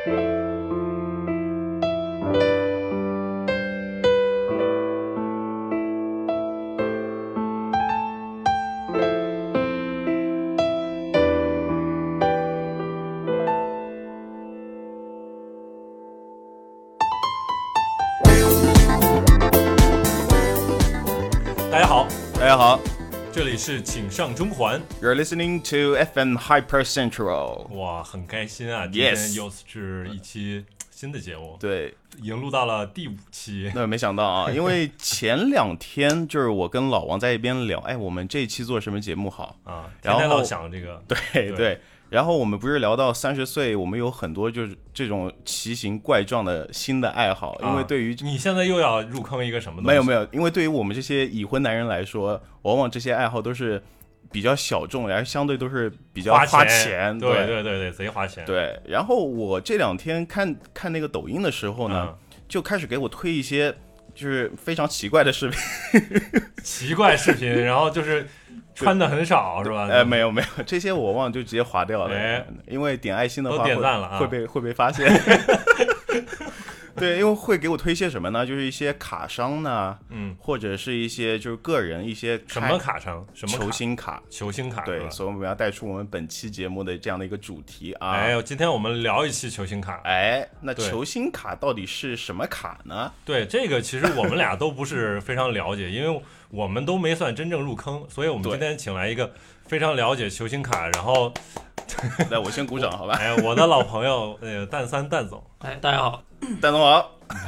大家好， 大家好， 这里是请上中环。 You're listening to FM Hyper Central。 哇，很开心啊！今天又是一期新的节目， 对， 已经录到了第5期。 那没想到啊，因为前2天就是我跟老王在一边聊，哎，我们这一期做什么节目好啊？ 然后天天老想这个， 对。然后我们不是聊到30岁，我们有很多就是这种奇形怪状的新的爱好，因为对于你现在又要入坑一个什么东西？ 没有，因为对于我们这些已婚男人来说，往往这些爱好都是比较小众，然后相对都是比较花钱。 对，贼花钱。 对，然后我这2天看那个抖音的时候呢，就开始给我推一些就是非常奇怪的视频， 奇怪视频，然后就是穿的很少是吧？ 没有，这些我忘了就直接划掉了，因为点爱心的话都点赞了啊， 会被发现。对，因为会给我推些什么呢？就是一些卡商呢，或者是一些就是个人一些什么卡商，什么球星卡，对，所以我们要带出我们本期节目的这样的一个主题啊。 哎，今天我们聊一期球星卡。 哎，那球星卡到底是什么卡呢？ 对，这个其实我们俩都不是非常了解，因为我们都没算真正入坑，所以我们今天请来一个非常了解球星卡，然后来我先鼓掌好吧？ 哎，我的老朋友蛋总， 哎，大家好， 蛋总好。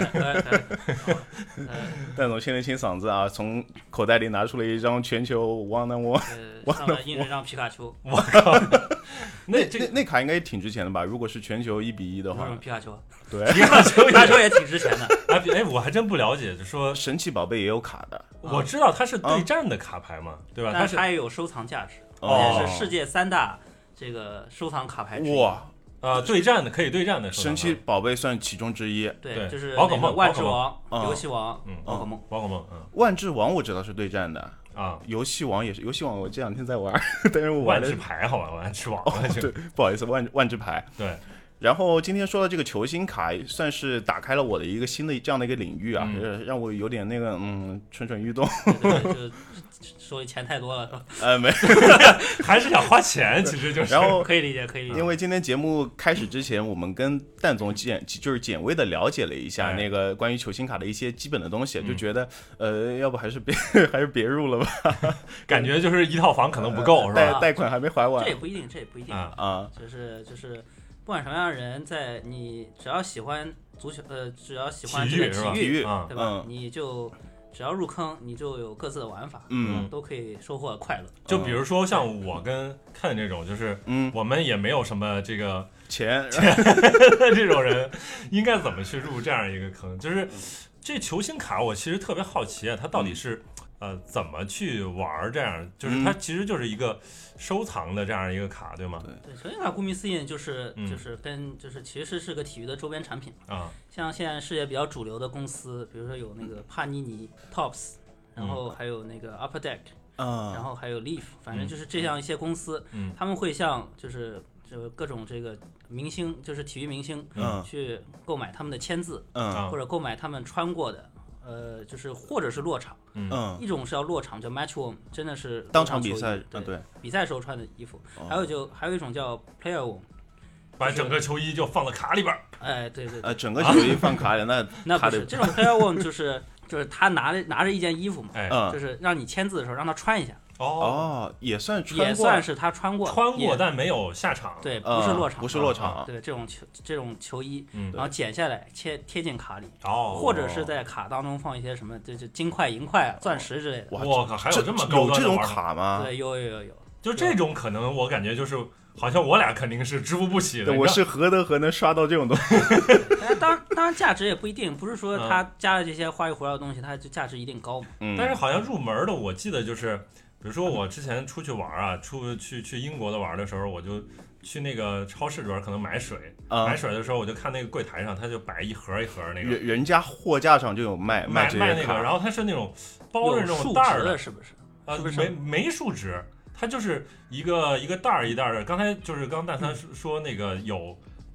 蛋总清了清嗓子啊，从口袋里拿出了一张全球1 on 1， 上面印着张皮卡丘。 我靠， 那卡应该也挺值钱的吧？如果是全球1-1的话， 皮卡丘， 对， 皮卡丘也挺值钱的。 哎，我还真不了解，就说神奇宝贝也有卡的， 我知道它是对战的卡牌嘛，对吧？ 但是它也有收藏价值，也是世界3大这个收藏卡牌之一。 哇！ 对战的可以对战的神奇宝贝算其中之一， 对，就是宝可梦、 万智王、游戏王、宝可梦、 万智王我知道是对战的啊， 游戏王也是，游戏王我这2天在玩，但是我玩万智牌好吧，万智王对，不好意思，万智牌对。 然后今天说的这个球星卡，算是打开了我的一个新的这样的一个领域啊，让我有点那个蠢蠢欲动。 对，手里钱太多了是吧？ 没， 还是想花钱，其实就是。 然后可以理解。 因为今天节目开始之前，我们跟蛋总简微的了解了一下那个关于球星卡的一些基本的东西，就觉得要不还是别入了吧， 感觉就是一套房可能不够，是吧？ 贷款还没还完。 这也不一定啊，就是不管什么样的人，在你只要喜欢足球，只要喜欢这个体育，对吧？你就只要入坑，你就有各自的玩法，都可以收获快乐。 就比如说像我跟看这种，就是我们也没有什么这个钱这种人，应该怎么去入这样一个坑？就是这球星卡，我其实特别好奇啊，它到底是怎么去玩？这样就是它其实就是一个收藏的这样一个卡，对吗？ 对，球星卡顾名思义就是其实是个体育的周边产品啊。像现在世界比较主流的公司，比如说有那个帕尼尼、Tops， 然后还有那个 Upper Deck，然后还有 Leaf， 反正就是这样一些公司，他们会向就是各种这个明星，就是体育明星，去购买他们的签字，或者购买他们穿过的。就是或者是落场，一种是要落场叫 match warm， 真的是当场比赛， 对，比赛时候穿的衣服，还有一种叫 player warm， 把整个球衣就放到卡里边， 哎，对， 整个球衣放卡里， 那不是这种 player warm， 就是他拿着一件衣服嘛，就是让你签字的时候让他穿一下。 也算是他穿过， 但没有下场， 对，不是落场，对，这种球衣，然后剪下来贴进卡里，或者是在卡当中放一些什么，就金块、银块、钻石之类的。 我靠，还有这么高端的有这种卡吗？ 对，有， 就这种可能我感觉就是好像我俩肯定是支付不起的。 我是何德何能刷到这种东西？ 当然价值也不一定，不是说他加了这些花里胡哨的东西，它就价值一定高嘛。 但是好像入门的，我记得就是。比如说我之前出去玩啊，去英国的玩的时候，我就去那个超市里边可能买水，买水的时候我就看那个柜台上，他就摆一盒一盒那个， 人家货架上就有卖这些那个，然后它是那种包着那种袋儿的，是不是？ 没数值，它就是一个袋儿一袋的。刚才就是刚蛋三说那个有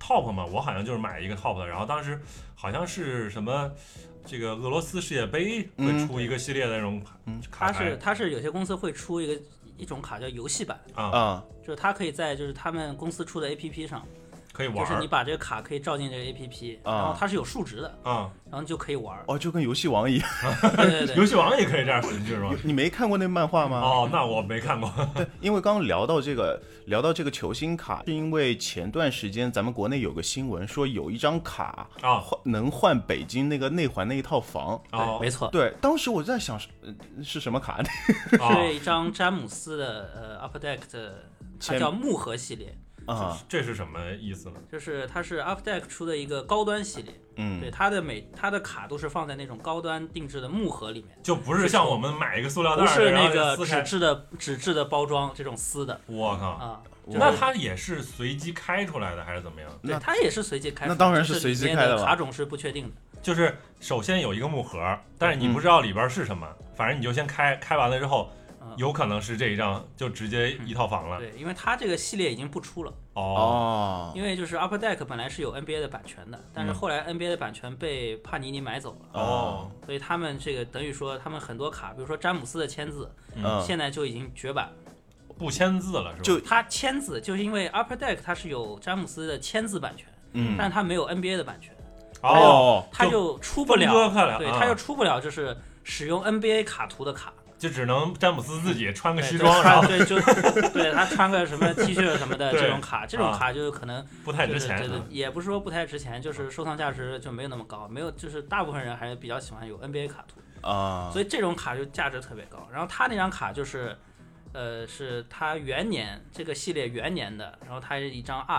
top 嘛，我好像就是买一个 top 的，然后当时好像是什么这个俄罗斯世界杯会出一个系列的那种卡牌， 它是有些公司会出一种卡叫游戏版就是它可以在就是他们公司出的 APP 上。 可以玩， 就是你把这个卡可以照进这个 APP，然后它是有数值的然后你就可以玩。 就跟游戏王一样。 对， 游戏王也可以这样使劲是吧？ 你没看过那漫画吗？ 那我没看过。 对，因为刚刚聊到这个球星卡，是因为前段时间咱们国内有个新闻说有一张卡能换北京那个内环那一套房。 没错。 对，当时我在想是什么卡？ 是一张詹姆斯的Upper Deck 的，它叫木盒系列。 这是什么意思呢？ 就是它是 Upper Deck 出的一个高端系列，对，它的卡都是放在那种高端定制的木盒里面， 就不是像我们买一个塑料袋， 不是那个纸质的包装这种撕的。 我靠那它也是随机开出来的还是怎么样？ 对，它也是随机开出来的， 那当然是随机开的了。 卡种是不确定的， 就是首先有一个木盒，但是你不知道里边是什么，反正你就先开完了之后。有可能是这一张就直接一套房了。 对，因为它这个系列已经不出了。因为就是 Upper Deck 本来是有 NBA 的版权的，但是后来 NBA 的版权被帕尼尼买走了。所以他们这个等于说他们很多卡，比如说詹姆斯的签字，现在就已经绝版， 不签字了是吧？ 就他签字，就是因为 Upper Deck 它是有詹姆斯的签字版权，但是他没有 NBA 的版权。他就出不了，对，他就出不了，就是使用 NBA 卡图的卡。 就只能詹姆斯自己穿个西装， 对，对他穿个什么 T 恤什么的这种卡，这种卡就可能不太值钱， 也不是说不太值钱，就是收藏价值就没有那么高，没有，就是大部分人还是比较喜欢有 NBA 卡图所以这种卡就价值特别高。然后他那张卡就是，是他元年这个系列元年的，然后它是一张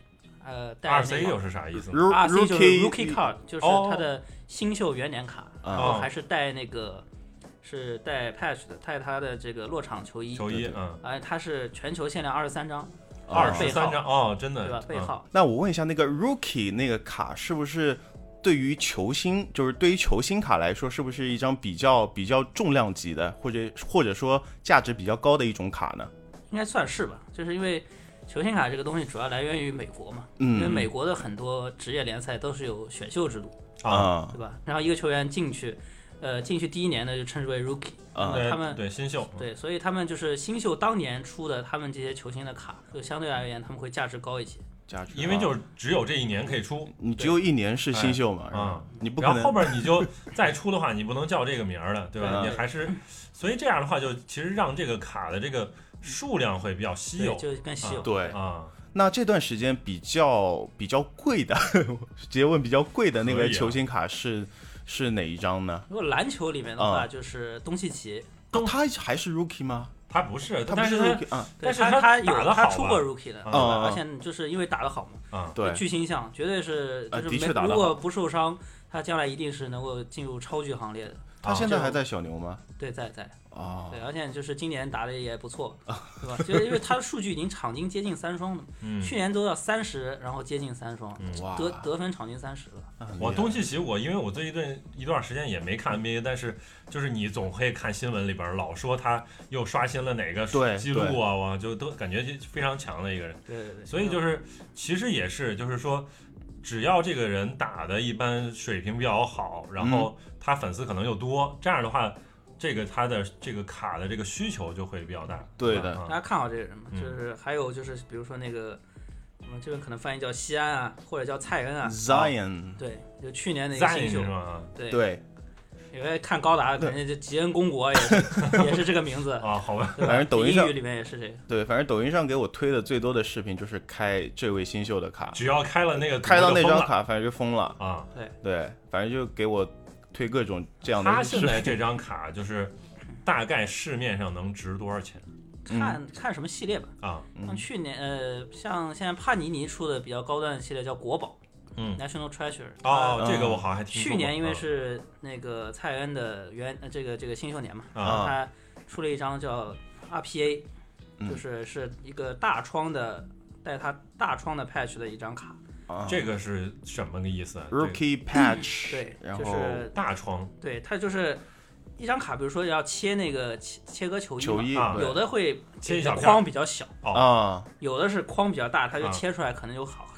RC，RC 又是啥意思 ？RC 就是 Rookie Card， 就是它的新秀元年卡，然后还是带那个。是带 patch 的，带他的这个落场球衣，它是全球限量23张 ，23张真的， 对吧？背号。 那我问一下，那个 Rookie 那个卡是不是对于球星，就是对于球星卡来说，是不是一张比较重量级的，或者说价值比较高的一种卡呢？ 应该算是吧，就是因为球星卡这个东西主要来源于美国嘛，因为美国的很多职业联赛都是有选秀制度对吧？然后一个球员进去第一年呢就称之为 rookie，他们对新秀， 对，所以他们就是新秀当年出的，他们这些球星的卡，就相对而言他们会价值高一些。 因为就只有这一年可以出， 你只有一年是新秀嘛，你不可能。 然后后边你就再出的话，你不能叫这个名了，对吧？你还是，所以这样的话就其实让这个卡的这个数量会比较稀有， 就更稀有。 对那这段时间比较贵的，直接问比较贵的那个球星卡是哪一张呢？ 如果篮球里面的话，就是东契奇。 他还是 rookie 吗？ 他不是， 他不是 rookie 但是他出过 rookie 的，而且就是因为打得好嘛， 对， 巨星相绝对是，就是如果不受伤，他将来一定是能够进入超巨行列的。 他现在还在小牛吗？ 对，在对，而且就是今年打的也不错，对吧？就是因为他的数据已经场均接近3双了，去年都要30，然后接近3双，得分场均30了。 我东契奇，因为我这一段时间也没看 NBA， 但是就是你总会看新闻里边老说他又刷新了哪个记录我就都感觉非常强的一个人。 对， 所以就是其实也是就是说，只要这个人打的一般水平比较好，然后他粉丝可能又多，这样的话。他的这个卡的这个需求就会比较大， 对的， 大家看好这个人嘛？就是还有就是比如说那个，我们这边可能翻译叫西安啊，或者叫蔡恩啊 ，Zion， 对，就去年的一个新秀， 对， 因为看高达，肯定就吉恩公国也是这个名字好吧？ 反正抖音上英语里面也是这个， 对，反正抖音上给我推的最多的视频就是开这位新秀的卡， 只要开到那张卡，反正就疯了对，反正就给我。推各种这样的。 他现在这张卡就是大概市面上能值多少钱？ 看什么系列吧。像去年像现在帕尼尼出的比较高端的系列叫国宝，National Treasure。 这个我好像还听说过。 去年因为是那个蔡恩的这个新秀年嘛，他出了一张叫 RPA，是一个大窗的带他大窗的 patch 的一张卡。 这个是什么个意思 ？Rookie patch， 对， 然后就是大窗， 对，它就是一张卡，比如说要切那个切割球衣嘛， 有的会切一小框比较小啊， 有的是框比较大，它就切出来可能就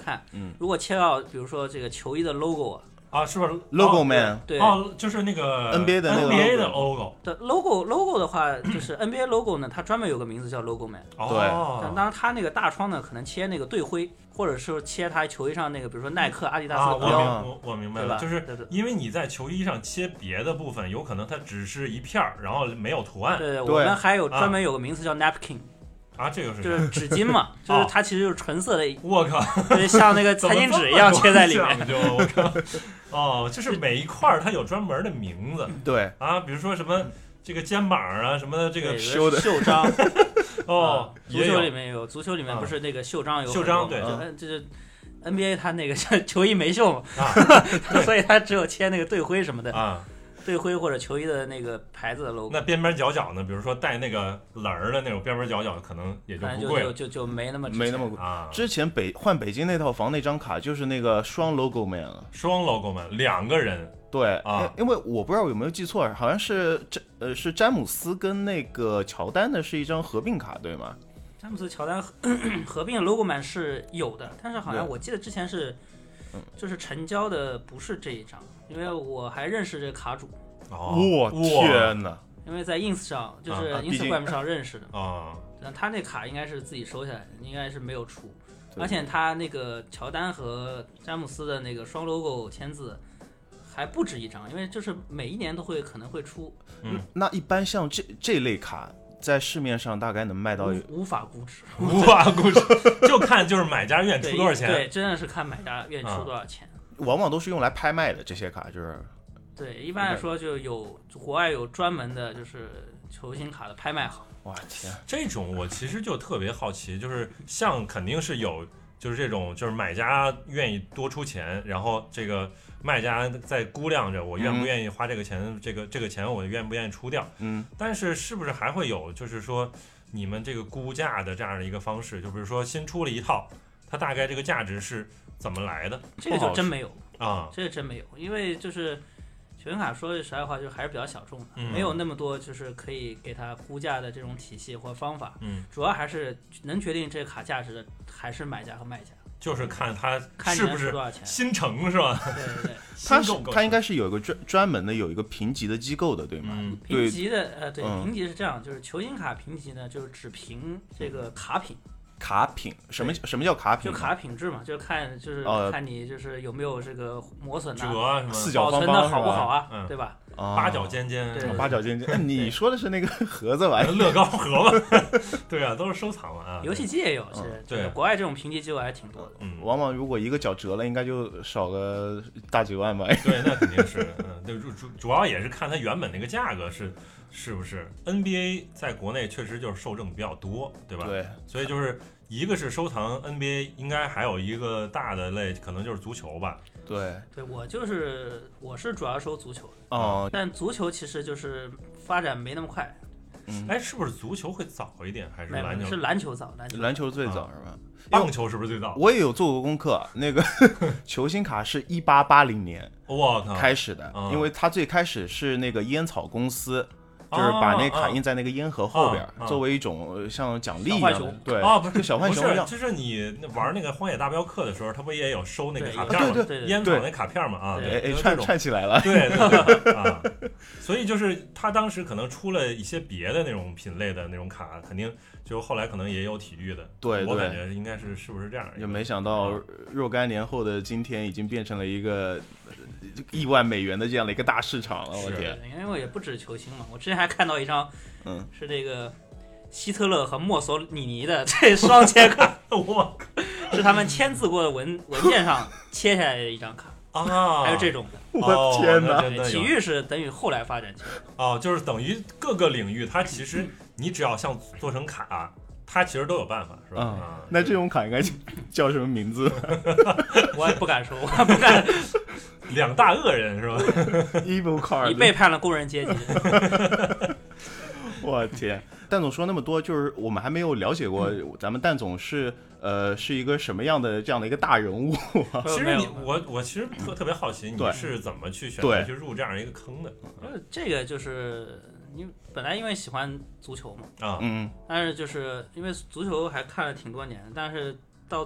看，如果切到比如说这个球衣的 logo 啊，是不是 logo man？ 对， 就是那个 NBA 的 logo 的 logo 的话，就是 NBA logo 呢，它专门有个名字叫 logo man。 对， 当然它那个大窗呢，可能切那个队徽，或者是切它球衣上那个，比如说耐克、阿迪达斯的标。我明白了，就是因为你在球衣上切别的部分，有可能它只是一片儿，然后没有图案。 对，我们还有专门有个名字叫 napkin。 这个就是纸巾嘛，就是它其实就是纯色的。 我靠， 对，像那个餐巾纸一样切在里面。 我靠，就是每一块它有专门的名字。 对比如说什么这个肩膀啊，什么这个袖章。足球里面有，足球里面不是那个袖章有袖章，对， 就是 NBA 它那个球衣没袖嘛，所以它只有切那个队徽什么的队徽或者球衣的那个牌子的 logo。 那边边角角呢？比如说带那个棱儿的那种边边角角，可能也就不贵了， 就没那么贵之前换北京那套房那张卡就是那个双 logo man 了， 双 logo man 2个人。 对因为我不知道有没有记错，好像是詹姆斯跟那个乔丹的是一张合并卡，对吗？ 詹姆斯乔丹合并的 logo man 是有的，但是好像我记得之前是就是成交的不是这一张。因为我还认识这个卡主， 我天哪！ 因为在 ins 上，就是 Instagram 上认识的但他那卡应该是自己收下来的，应该是没有出。而且他那个乔丹和詹姆斯的那个双 logo 签字还不止一张，因为就是每一年都会可能会出。 那一般像这类卡在市面上大概能卖到无法估值， 就看就是买家愿意出多少钱。 对，真的是看买家愿意出多少钱。 往往都是用来拍卖的这些卡，就是对，一般来说就有国外有专门的就是球星卡的拍卖行。 哇天， 这种我其实就特别好奇，就是像肯定是有就是这种就是买家愿意多出钱，然后这个卖家在估量着我愿不愿意花这个钱，这个钱我愿不愿意出掉。但是是不是还会有就是说你们这个估价的这样的一个方式，就比如说新出了一套，它大概这个价值是怎么来的？ 这个就真没有这个真没有，因为就是球星卡说实在话就还是比较小众的，没有那么多就是可以给它估价的这种体系或方法。主要还是能决定这个卡价值的还是买家和卖家， 就是看它是不是新城是吧？ 对， 它应该是有一个专门的有一个评级的机构的，对吗？ 评级的对，评级是这样，就是球星卡评级呢，就是只评这个卡品。 卡品什么叫卡品？ 就卡品质嘛，就看看你就是有没有这个磨损折啊什么四角保存的好不好啊，对吧？ 八角尖尖， 八角尖尖。你说的是那个盒子吧？ 乐高盒嘛？对啊，都是收藏嘛。 游戏机也有，对，国外这种评级机构还挺多的。 往往如果一个角折了，应该就少个大几万吧。 对，那肯定是。主要也是看它原本那个价格是不是 NBA 在国内确实就是受众比较多，对吧？ 对， 所以就是一个是收藏 NBA， 应该还有一个大的类可能就是足球吧。 对， 我是主要收足球的但足球其实就是发展没那么快。 是不是足球会早一点还是篮球？ 是篮球早， 篮球最早是吧？ 棒球是不是最早？ 我也有做过功课，那个球星卡是1880年开始的，因为它最开始是那个烟草公司。就是把那卡印在那个烟盒后边，作为一种像奖励一样的，对不是小浣熊一样。 就是你玩那个荒野大镖客的时候，他不也有收那个卡片吗？ 对， 烟草那卡片嘛串起来了。 对所以就是他当时可能出了一些别的那种品类的那种卡，肯定就后来可能也有体育的。 对， 我感觉应该是不是这样？ 就没想到若干年后的今天，已经变成了一个亿万美元的这样的一个大市场了。我天， 因为我也不止球星嘛，我之前还看到一张，是这个希特勒和墨索里尼的这双切卡，是他们签字过的文件上切下来的一张卡还有这种的。 我天哪！ 体育是等于后来发展起来就是等于各个领域，它其实你只要像做成卡。他其实都有办法，是吧？ 那这种卡应该叫什么名字？ 我也不敢说，我不敢。 两大恶人是吧 ？Evil card， 你背叛了工人阶级。 我天！蛋总说那么多，就是我们还没有了解过咱们蛋总是一个什么样的这样的一个大人物。 其实我其实特别好奇，你是怎么去选择去入这样一个坑的？ 这个就是你本来因为喜欢足球嘛但是就是因为足球还看了挺多年，但是到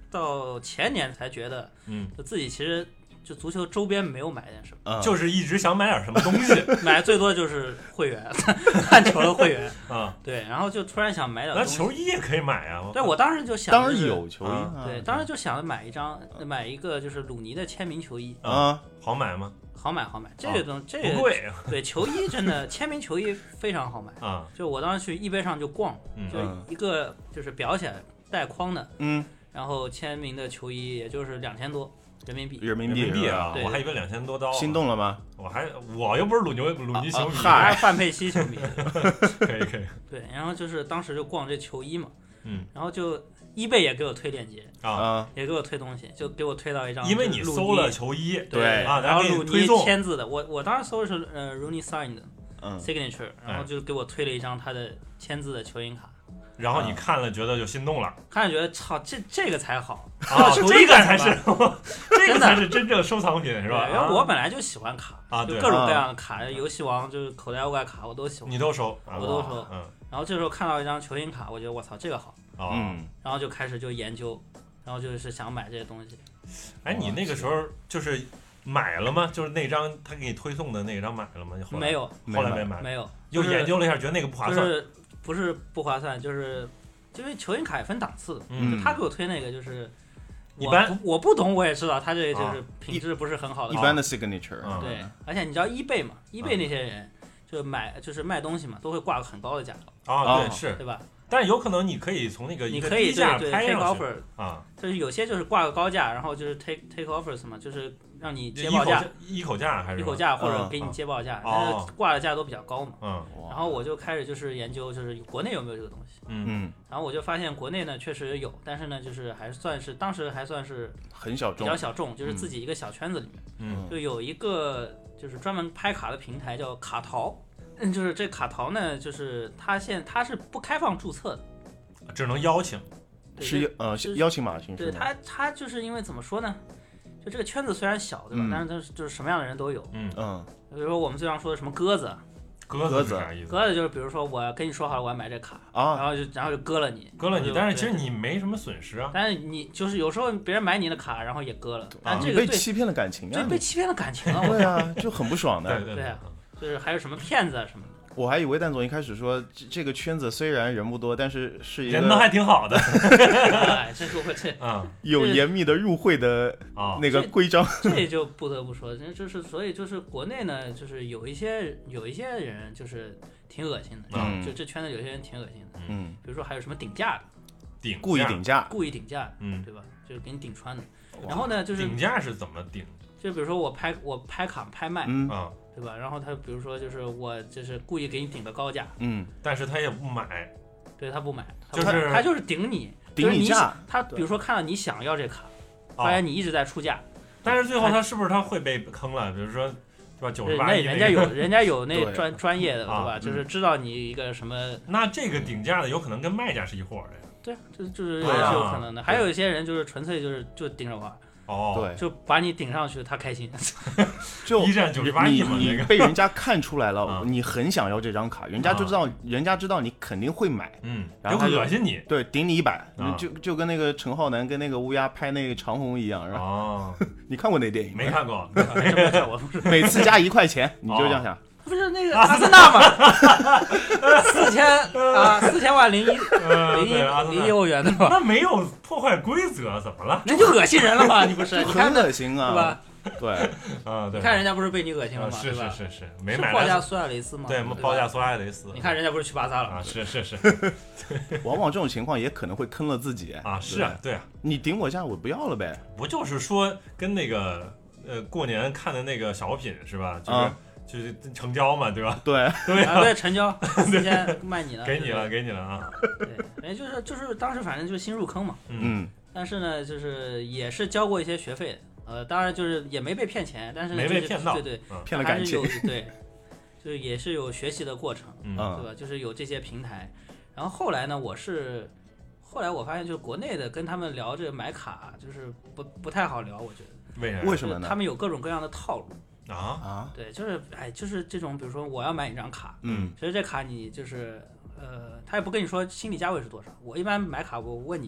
到前年才觉得，就自己其实就足球周边没有买点什么， 就是一直想买点什么东西， 买最多就是会员，看球的会员啊，对，然后就突然想买点东西。 那球衣也可以买啊， 对，我当时就想， 当然有球衣， 对，当时就想买一个就是鲁尼的签名球衣啊，好买吗？ 好买，这个东西这个不贵， 对，球衣真的签名球衣非常好买啊，就我当时去易贝上就逛，就一个就是裱起来带框的，然后签名的球衣也就是2000多。人民币啊！我还以为2000多刀， 心动了吗？ 我又不是鲁尼球迷， 还是范佩西球迷， 可以。 对，然后就是当时就逛这球衣嘛，然后就易贝也给我推链接啊，也给我推东西，就给我推到一张， 因为你搜了球衣， 对啊， 然后鲁尼签字的，我当时搜的是Rooney signed 的 signature，然后就给我推了一张他的签字的球星卡。 然后你看了，觉得就心动了， 看了觉得操，这个才好啊，这个才是真正收藏品，是吧？ 因为我本来就喜欢卡啊， 就各种各样的卡，游戏王就是口袋妖怪卡，我都喜欢。 你都收， 我都收。然后这时候看到一张球星卡，我觉得我操，这个好。然后就开始就研究，然后就是想买这些东西。 哎，你那个时候就是买了吗？就是那张他给你推送的那张买了吗？ 没有， 后来没买。 没有， 又研究了一下，觉得那个不划算。 不是不划算，就是因为球星卡也分档次，就他给我推那个就是一般， 我不懂，我也知道他这个就是品质不是很好的， 一般的 signature。 对，而且你知道易贝嘛，易贝那些人就是卖东西嘛，都会挂个很高的价格啊，对，是， 对吧？ 但有可能你可以从那个你可以对 take offer 啊， 就是有些就是挂个高价，然后就是 take offers 嘛，就是让你接报价， 一口价还是一口价，或者给你接报价，但是挂的价都比较高嘛。然后我就开始就是研究，就是国内有没有这个东西。然后我就发现国内呢确实有，但是呢就是还算是当时还算是很小众， 比较小众，就是自己一个小圈子里面，就有一个就是专门拍卡的平台叫卡淘，就是这卡淘呢，就是它是不开放注册的。 只能邀请， 是邀请码形式。 对，他就是因为怎么说呢？就这个圈子虽然小，对吧？但是它就是什么样的人都有。比如说我们经常说的什么鸽子啥意思？ 鸽子就是比如说我跟你说好了我要买这卡然后就割了你， 但是其实你没什么损失啊。 但是你就是有时候别人买你的卡，然后也割了，但这个被欺骗了感情啊！ 就被欺骗了感情啊！ 对啊，就很不爽的。 对啊，就是还有什么骗子啊什么的。 我还以为蛋总一开始说这个圈子虽然人不多，但是一个人都还挺好的， 这入会有严密的入会的那个规章。 这就不得不说，就是所以就是国内呢，就是有一些人就是挺恶心的，就这圈子有些人挺恶心的，比如说还有什么顶价的， 故意顶价， 对吧？就是给你顶穿的。然后呢，就是顶价是怎么顶？ 就比如说我拍卡拍卖对吧？然后他比如说就是我就是故意给你顶个高价， 但是他也不买， 对他不买， 他就是顶你价。 他比如说看到你想要这卡，发现你一直在出价， 但是最后他是不是他会被坑了？比如说对吧，98亿， 人家有那专业的对吧？就是知道你一个什么， 那这个顶价的有可能跟卖家是一伙的呀。 对，就是也是有可能的。还有一些人就是纯粹就盯着玩。 对， 就把你顶上去，他开心。 就一站98亿嘛， 你被人家看出来了，你很想要这张卡，人家知道你肯定会买，然后恶心你， 对，顶你100，就跟那个陈浩南跟那个乌鸦拍那个长虹一样，是吧？你看过那电影没看过， 每次加1块钱，你就这样想。 不是那个阿森纳吗？4000万01欧元的吧？ 那没有破坏规则，怎么了？ 那就恶心人了吗？你不是？ 很恶心啊， 对吧？ 对， 对。 你看人家不是被你恶心了吗？ 是，没买。 报价苏亚雷斯吗？ 对，报价苏亚雷斯。 你看人家不是去巴萨了吗？ 是。 往往这种情况也可能会坑了自己啊！是啊，对啊。 你顶我价，我不要了呗。 不就是说跟那个过年看的那个小品是吧？就是成交嘛，对吧？ 对， 成交，4000卖你了， 给你了啊！ 对，就是当时反正就是新入坑嘛，但是呢，就是也是交过一些学费的，当然就是也没被骗钱，但是没被骗到， 对， 骗了感情， 对，就是也是有学习的过程，对吧？就是有这些平台，然后后来呢，后来我发现就是国内的跟他们聊这个买卡，就是不太好聊，我觉得。 为什么呢？ 他们有各种各样的套路。 对， 就是这种，比如说我要买一张卡，其实这卡你就是他也不跟你说心理价位是多少。我一般买卡，我问你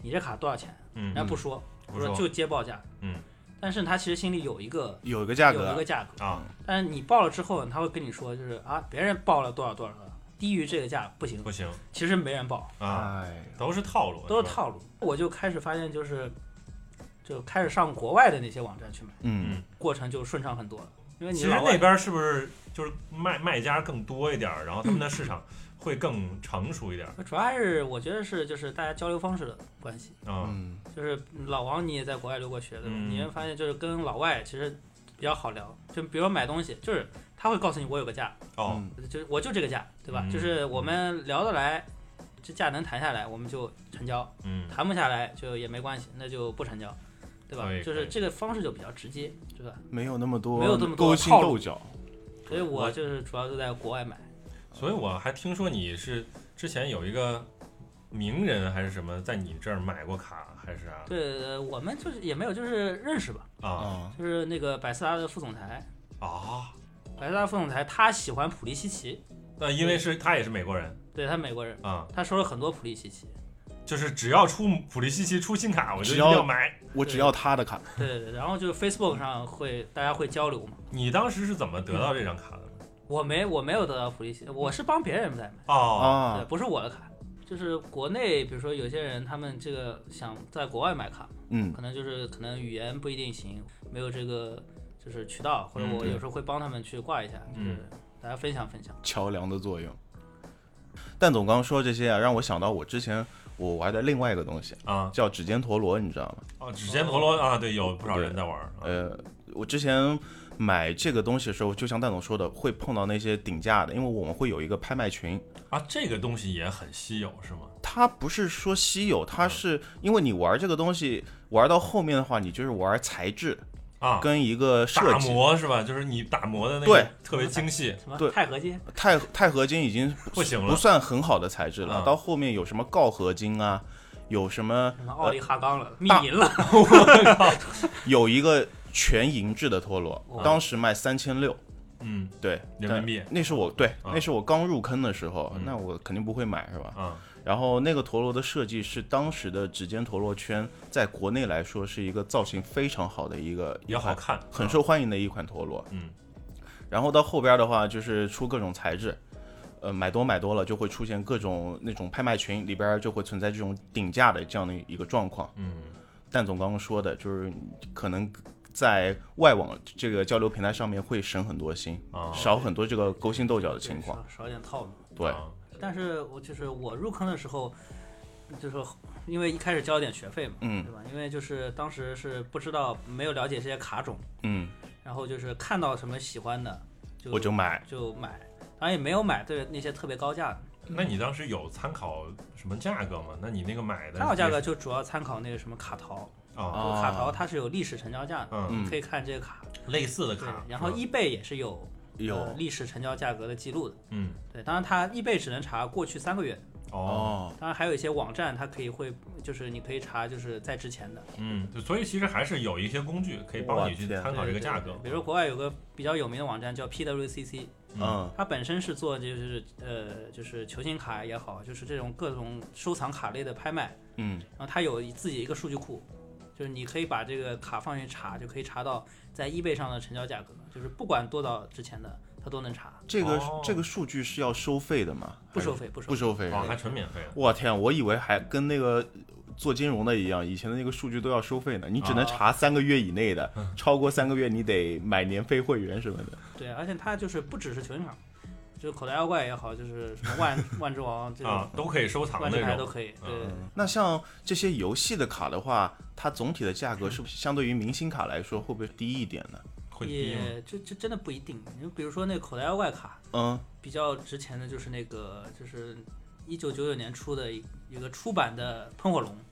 你这卡多少钱？人家不说就接报价。但是他其实心里有一个价格啊。但是你报了之后，他会跟你说，就是别人报了多少多少，低于这个价不行。其实没人报都是套路。 我就开始发现，就开始上国外的那些网站去买，过程就顺畅很多了。因为你其实那边是不是就是卖家更多一点，然后他们的市场会更成熟一点？ 主要还是我觉得是就是大家交流方式的关系。就是老王你也在国外留过学的，你会发现就是跟老外其实比较好聊。就比如买东西，就是他会告诉你我有个价，就是我就这个价，对吧？就是我们聊得来，这价能谈下来，我们就成交。谈不下来就也没关系，那就不成交。对吧？就是这个方式就比较直接，对吧？ 没有那么多勾心斗角， 所以我就是主要是在国外买。 所以我还听说你是之前有一个名人还是什么在你这儿买过卡还是啥？ 对，我们就是也没有，就是认识吧。就是那个百事达的副总裁百事达副总裁他喜欢普利西奇， 因为他也是美国人， 对他美国人他收了很多普利西奇。 就是只要普利西奇出新卡，我就一定要买。 我只要他的卡。 对，然后就是 Facebook 上大家会交流嘛。 你当时是怎么得到这张卡的？ 我没有得到普利西奇，我是帮别人在买。对，不是我的卡。就是国内，比如说有些人他们这个想在国外买卡，可能语言不一定行，没有这个就是渠道，或者我有时候会帮他们去挂一下，就是大家分享桥梁的作用。蛋总刚刚说这些让我想到我之前我玩的另外一个东西叫指尖陀螺，你知道吗？ 指尖陀螺对，有不少人在玩。 我之前买这个东西的时候，就像蛋总说的，会碰到那些顶价的，因为我们会有一个拍卖群这个东西也很稀有是吗？ 它不是说稀有，它是因为你玩这个东西玩到后面的话，你就是玩材质跟一个设计打磨是吧？就是你打磨的那个特别精细。 什么钛合金？ 钛合金已经不行了， 不算很好的材质了。到后面有什么锆合金有什么奥利哈钢了，密银了。 我靠！有一个全银制的陀螺，当时卖3600。对， 人民币。 那是我刚入坑的时候，那我肯定不会买，是吧？然后那个陀螺的设计是当时的指尖陀螺圈在国内来说是一个造型非常好的也好看， 很受欢迎的一款陀螺。然后到后边的话就是出各种材质，买多了就会出现各种那种拍卖群里边就会存在这种顶价的这样的一个状况。蛋总刚刚说的就是可能在外网这个交流平台上面会省很多心，少很多这个勾心斗角的情况， 少一点套路。 对。 但是我入坑的时候，就是因为一开始交了点学费嘛，对吧？因为就是当时是不知道，没有了解这些卡种，然后就是看到什么喜欢的， 我就买， 当然也没有买对那些特别高价的。 那你当时有参考什么价格吗？那你那个买的参考价格就主要参考那个什么卡淘卡淘它是有历史成交价的，你可以看这个卡类似的卡， 然后eBay也是有历史成交价格的记录的，对，当然它eBay只能查过去3个月，当然还有一些网站它就是你可以查就是在之前的， 所以其实还是有一些工具可以帮你去参考这个价格。 比如说国外有个比较有名的网站叫 PWCC，它本身是做就是球星卡也好，就是这种各种收藏卡类的拍卖，然后它有自己一个数据库。就是你可以把这个卡放进去查，就可以查到在eBay上的成交价格，就是不管多早之前的，它都能查。 这个数据是要收费的吗？ 不收费， 还纯免费。 我天，我以为还跟那个做金融的一样，以前的那个数据都要收费呢。你只能查3个月以内的，超过3个月你得买年费会员什么的。 对，而且它就是不只是球星卡。就是口袋妖怪也好，就是什么万之王这种都可以收藏的那种，都可以。对。 那像这些游戏的卡的话，它总体的价格是不是相对于明星卡来说会不会低一点呢？ 会低吗？ 这真的不一定。你比如说那个口袋妖怪卡，比较值钱的就是那个就是1999年出的一个出版的喷火龙。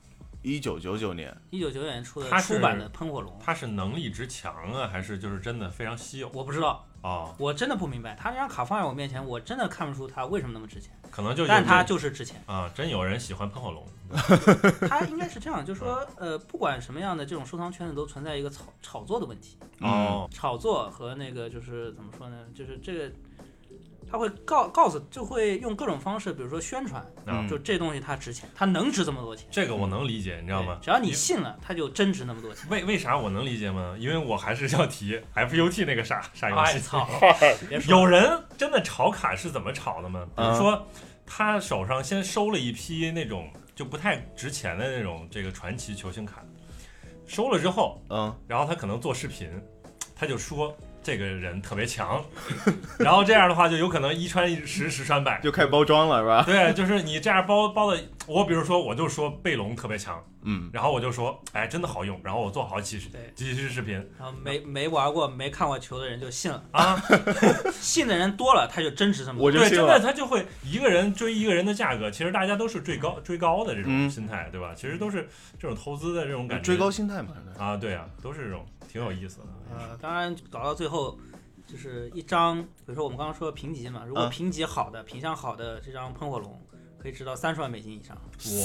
1999年出的出版的喷火龙， 它是能力值强啊，还是就是真的非常稀有？ 我不知道我真的不明白。他这张卡放在我面前，我真的看不出它为什么那么值钱。 可能但它就是值钱真有人喜欢喷火龙。 它应该是这样，就是说不管什么样的这种收藏圈子都存在一个炒作的问题。炒作和那个就是怎么说呢？就是这个他会告诉，就会用各种方式，比如说宣传，就这东西它值钱，它能值这么多钱。 这个我能理解，你知道吗？ 只要你信了，它就真值那么多钱。 为啥我能理解吗？因为我还是要提 FUT 那个傻游戏。 操！ 有人真的炒卡是怎么炒的吗？比如说他手上先收了一批那种就不太值钱的那种这个传奇球星卡，收了之后，然后他可能做视频，他就说。这个人特别强，然后这样的话就有可能一传十，十传百， 就开始包装了，是吧？ 对，就是你这样包的，我比如说我就说贝隆特别强，然后我就说，哎，真的好用，然后我做好几期视频， 然后没玩过、没看过球的人就信了啊，信的人多了，他就真值这么多。 对，真的他就会一个人追一个人的价格，其实大家都是追高的这种心态，对吧？其实都是这种投资的这种感觉， 追高心态嘛。 啊，对啊，都是这种。挺有意思的。 当然搞到最后，就是一张，比如说我们刚刚说评级嘛，如果评级好的、品相好的这张喷火龙，可以值到30万美金以上。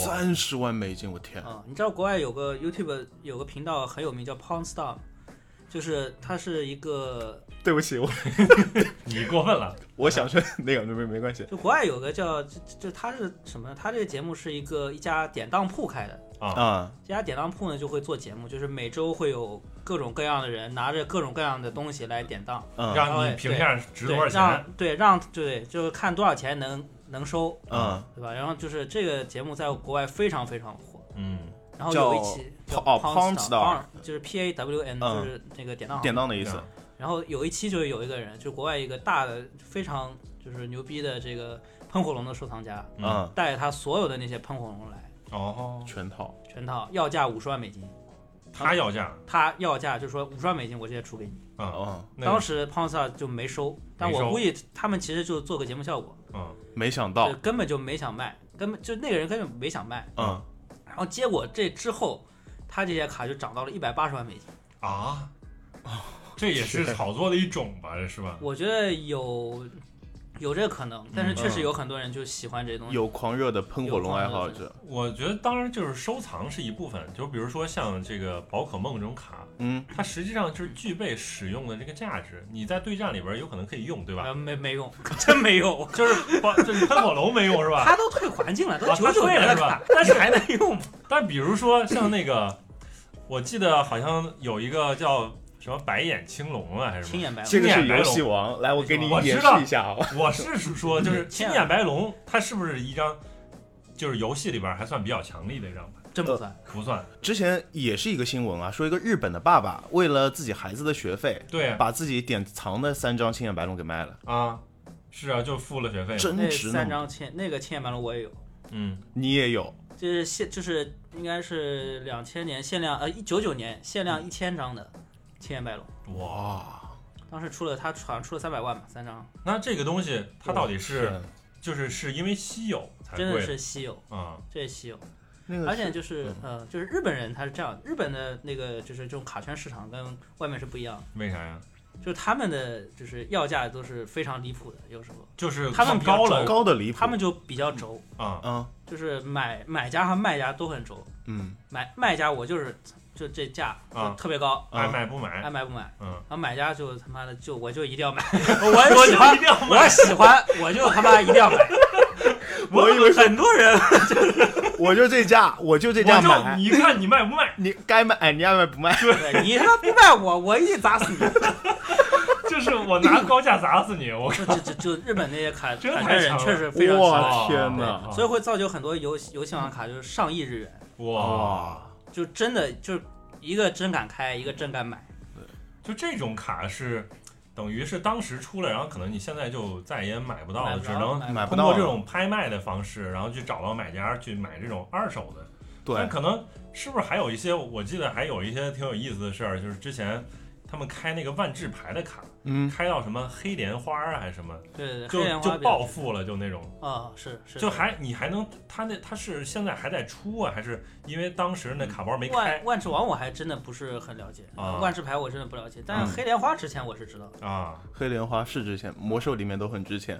30万美金，我天！ 你知道国外有个 YouTube 有个频道很有名，叫 Pawn Stars， 就是它是一个。 对不起， 你过分了。 我想说那个没关系。 就国外有个叫就它是什么？它这个节目是一家典当铺开的。这家典当铺呢就会做节目，就是每周会有各种各样的人拿着各种各样的东西来典当， 让你评价值多少钱，就是看多少钱能收，对吧？然后就是这个节目在国外非常非常火，然后有一期叫 Pawn Stars， 就是 PAWN， 就是那个典当的意思。 然后有一期就是有一个人，就是国外一个大的非常就是牛逼的这个喷火龙的收藏家，带着他所有的那些喷火龙来。 全套要价50万美金， 他要价就是说50万美金我直接出给你。当时 Pawn Stars 就没收，但我估计他们其实就做个节目效果。 没想到根本就没想卖，根本就那个人根本没想卖。然后结果这之后，他这些卡就涨到了180万美金啊！这也是炒作的一种吧，是吧？ 我觉得有这个可能，但是确实有很多人就喜欢这些东西， 有狂热的喷火龙爱好者。 我觉得当然就是收藏是一部分，就比如说像这个宝可梦这种卡，它实际上就是具备使用的这个价值，你在对战里边有可能可以用，对吧？ 没用，真没用， 就是喷火龙没用是吧？ 它都退环境了，都99年了是吧？但是还能用。 但比如说像那个，我记得好像有一个叫。什么白眼青龙啊，还是青眼白龙？ 这个是游戏王，来，我给你演示一下啊！ 我是说，就是青眼白龙，它是不是一张，就是游戏里边还算比较强力的一张牌？ 真不算， 不算。 之前也是一个新闻啊，说一个日本的爸爸为了自己孩子的学费， 对， 把自己典藏的3张青眼白龙给卖了啊！是啊，就付了学费。 真值那3张那个青眼白龙我也有， 你也有。 就是应该是2000年限量，99年限量1000张的。青眼白龙， 哇！ 当时他好像出了300万吧，3张。 那这个东西它到底是是因为稀有才贵？ 真的是稀有啊， 这是稀有。而且就是就是日本人他是这样，日本的那个就是这种卡圈市场跟外面是不一样。 为啥呀？ 就是他们的就是要价都是非常离谱的，有时候就是他们高的离谱， 他们就比较轴就是买家和卖家都很轴。卖家我就这价特别高， 爱买不买， 然后买家就他妈的我就一定要买， 我就一定要买， 我喜欢我就他妈一定要买。 我以为很多人， 我就这价买， 你看你卖不卖？ 你该买，你爱卖不卖？ 对，你他妈不卖我一定砸死你！ 就是我拿高价砸死你！我就日本那些卡人确实非常强，天哪！ 所以会造就很多游戏王卡就是上亿日元。 哇！ 就真的就是一个真敢开，一个真敢买。 就这种卡是等于是当时出了，然后可能你现在就再也买不到了，只能通过这种拍卖的方式，然后去找到买家去买这种2手的。 对， 但可能是不是还有一些？我记得还有一些挺有意思的事儿，就是之前他们开那个万智牌的卡，开到什么黑莲花啊还是什么， 对， 就暴富了，就那种是， 就你还能他是现在还在出啊，还是因为当时那卡包没开？ 万智王我还真的不是很了解，万智牌我真的不了解，但是黑莲花之前我是知道啊， 黑莲花是值钱，魔兽里面都很值钱，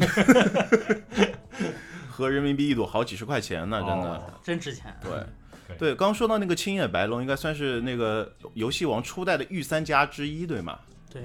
合人民币1朵好几十块钱呢，真的， 真值钱。 对，刚说到那个青眼白龙，应该算是那个游戏王初代的御三家之一，对吗？ 对，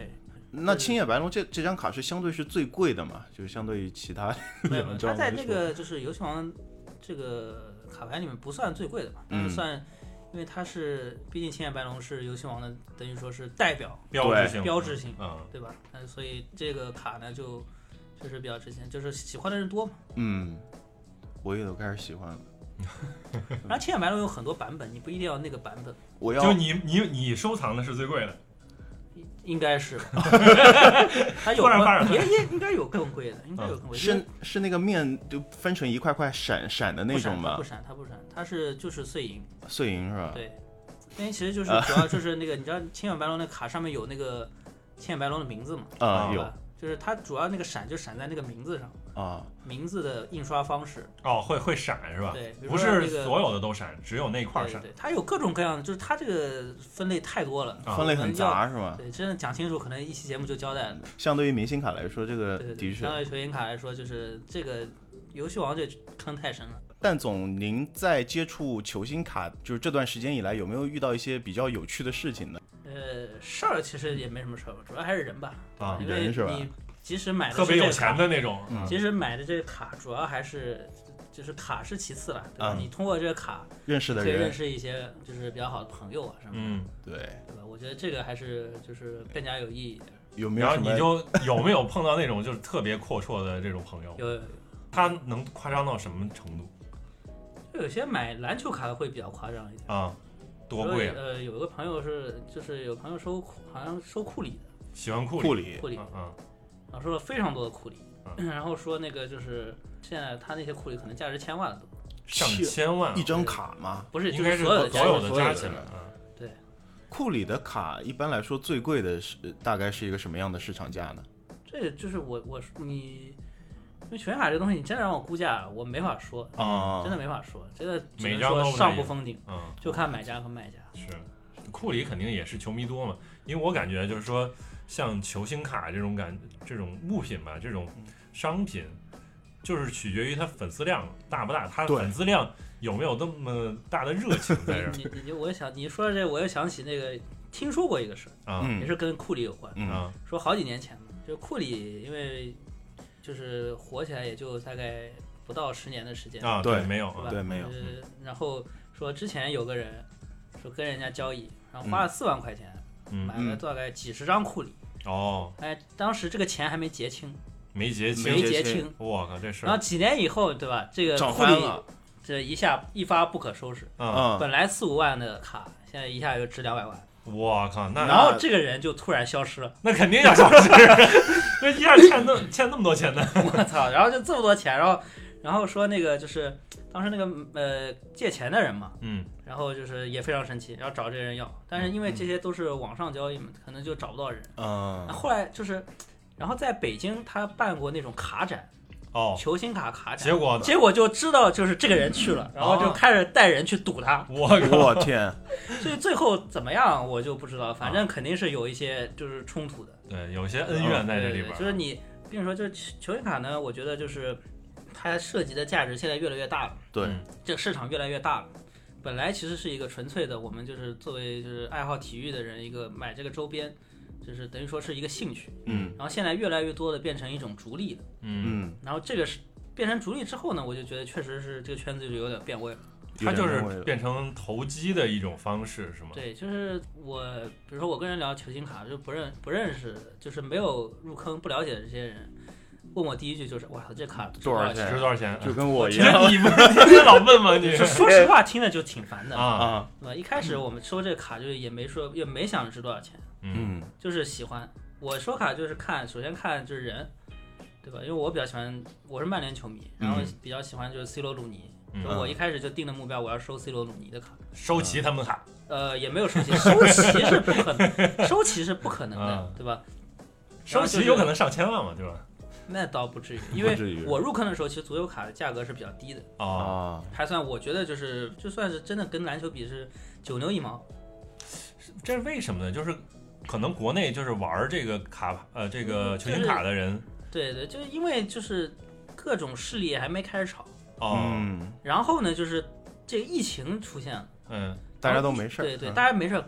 那青眼白龙这张卡是相对是最贵的嘛？就是相对于其他两张， 它在那个就是游戏王这个卡牌里面不算最贵的吧，但是算，因为它是毕竟青眼白龙是游戏王的，等于说是代表标志性，对吧？所以这个卡呢就确实比较值钱，就是喜欢的人多嘛。 我也都开始喜欢了。 然后青眼白龙有很多版本，你不一定要那个版本。 我要就你收藏的是最贵的。 应该是，它有也应该有更贵的，应该有更贵的。 是那个面就分成一块块闪的那种吗？ 它不闪，它是就是碎银是吧？ 对，因为其实就是主要就是那个，你知道青眼白龙那卡上面有那个青眼白龙的名字嘛？ 有。 就是它主要那个闪就闪在那个名字上名字的印刷方式会闪是吧？ 对， 不是所有的都闪，只有那块闪。 对，它有各种各样的，就是它这个分类太多了， 分类很杂是吧？ 对，真的讲清楚，可能一期节目就交代了。 相对于明星卡来说，这个的确； 相对于球星卡来说，就是这个游戏王这坑太深了。 蛋总，您在接触球星卡就是这段时间以来，有没有遇到一些比较有趣的事情呢？ 事儿其实也没什么事儿，主要还是人吧。因为人是吧？ 你即使买的特别有钱的那种， 即使买的这个卡，主要还是就是卡是其次了，对吧？你通过这个卡认识的人， 可以认识一些就是比较好的朋友啊什么的。 对吧？我觉得这个还是就是更加有意义的。 有没有？ 然后你就有没有碰到那种就是特别阔绰的这种朋友？ 有。 他能夸张到什么程度？ 就有些买篮球卡的会比较夸张一点多贵有一个朋友就是有朋友好像收库里的， 喜欢库里， 然后收了非常多的库里，然后说那个就是现在他那些库里可能价值1000万了都， 上千万一张卡吗？ 不是， 应该是所有的加起来对， 库里的卡一般来说最贵的大概是一个什么样的市场价呢？ 这就是你。因为球星卡这东西，你真的让我估价，我没法说真的没法说，真的只能说上不封顶，就看买家和卖家。 是，库里肯定也是球迷多嘛，因为我感觉就是说，像球星卡这种物品吧，这种商品，就是取决于它粉丝量大不大，它粉丝量有没有那么大的热情在这儿。 我想你说这，我又想起那个听说过一个事也是跟库里有关说好几年前就库里因为。就是火起来也就大概不到10年的时间对， 没有， 对，没有。 然后说之前有个人说跟人家交易，然后花了4万块钱买了大概几十张库里。当时这个钱还没结清， 没结清。 我靠，这事。 然后几年以后，对吧？这个库里这一发不可收拾。本来4-5万的卡，现在一下就值200万。 我靠， 然后这个人就突然消失了， 那肯定要消失，那一下欠那么多钱呢？ 我操！然后就这么多钱，然后说那个就是当时那个借钱的人嘛，然后就是也非常生气，然后找这个人要，但是因为这些都是网上交易嘛，可能就找不到人。后来就是，然后在北京他办过那种卡展。球星卡展，结果就知道就是这个人去了，然后就开始带人去堵他。 我天！ 所以最后怎么样我就不知道，反正肯定是有一些就是冲突的。 对，有些恩怨在这里边。 就是你，比如说就是球星卡呢，我觉得就是它涉及的价值现在越来越大了。 对， 这个市场越来越大了。本来其实是一个纯粹的，我们就是作为就是爱好体育的人，一个买这个周边。就是等于说是一个兴趣，然后现在越来越多的变成一种逐利的，然后这个是变成逐利之后呢，我就觉得确实是这个圈子就有点变味了， 它就是变成投机的一种方式，是吗？ 对，就是比如说我跟人聊球星卡，就不认识，就是没有入坑、不了解的这些人，问我第一句就是：哇，这卡多少钱？ 值多少钱？ 就跟我一样， 你不是天天老问吗？你说实话，听着就挺烦的对吧？一开始我们收这个卡就也没想值多少钱。就是喜欢。我收卡就是首先看就是人，对吧？因为我比较喜欢，我是曼联球迷，然后比较喜欢就是 C 罗鲁尼。我一开始就定的目标，我要收 C 罗鲁尼的卡， 收齐他们卡。 也没有收齐，收齐是不可能，收齐是不可能的，对吧？ 收齐有可能上千万嘛，对吧？ 那倒不至于，因为我入坑的时候，其实足球卡的价格是比较低的还算我觉得就算是真的跟篮球比是9牛1毛。 这是为什么呢？就是可能国内就是玩这个卡这个球星卡的人， 对，就是因为就是各种势力还没开始炒然后呢就是这个疫情出现了， 大家都没事， 对，大家没事干，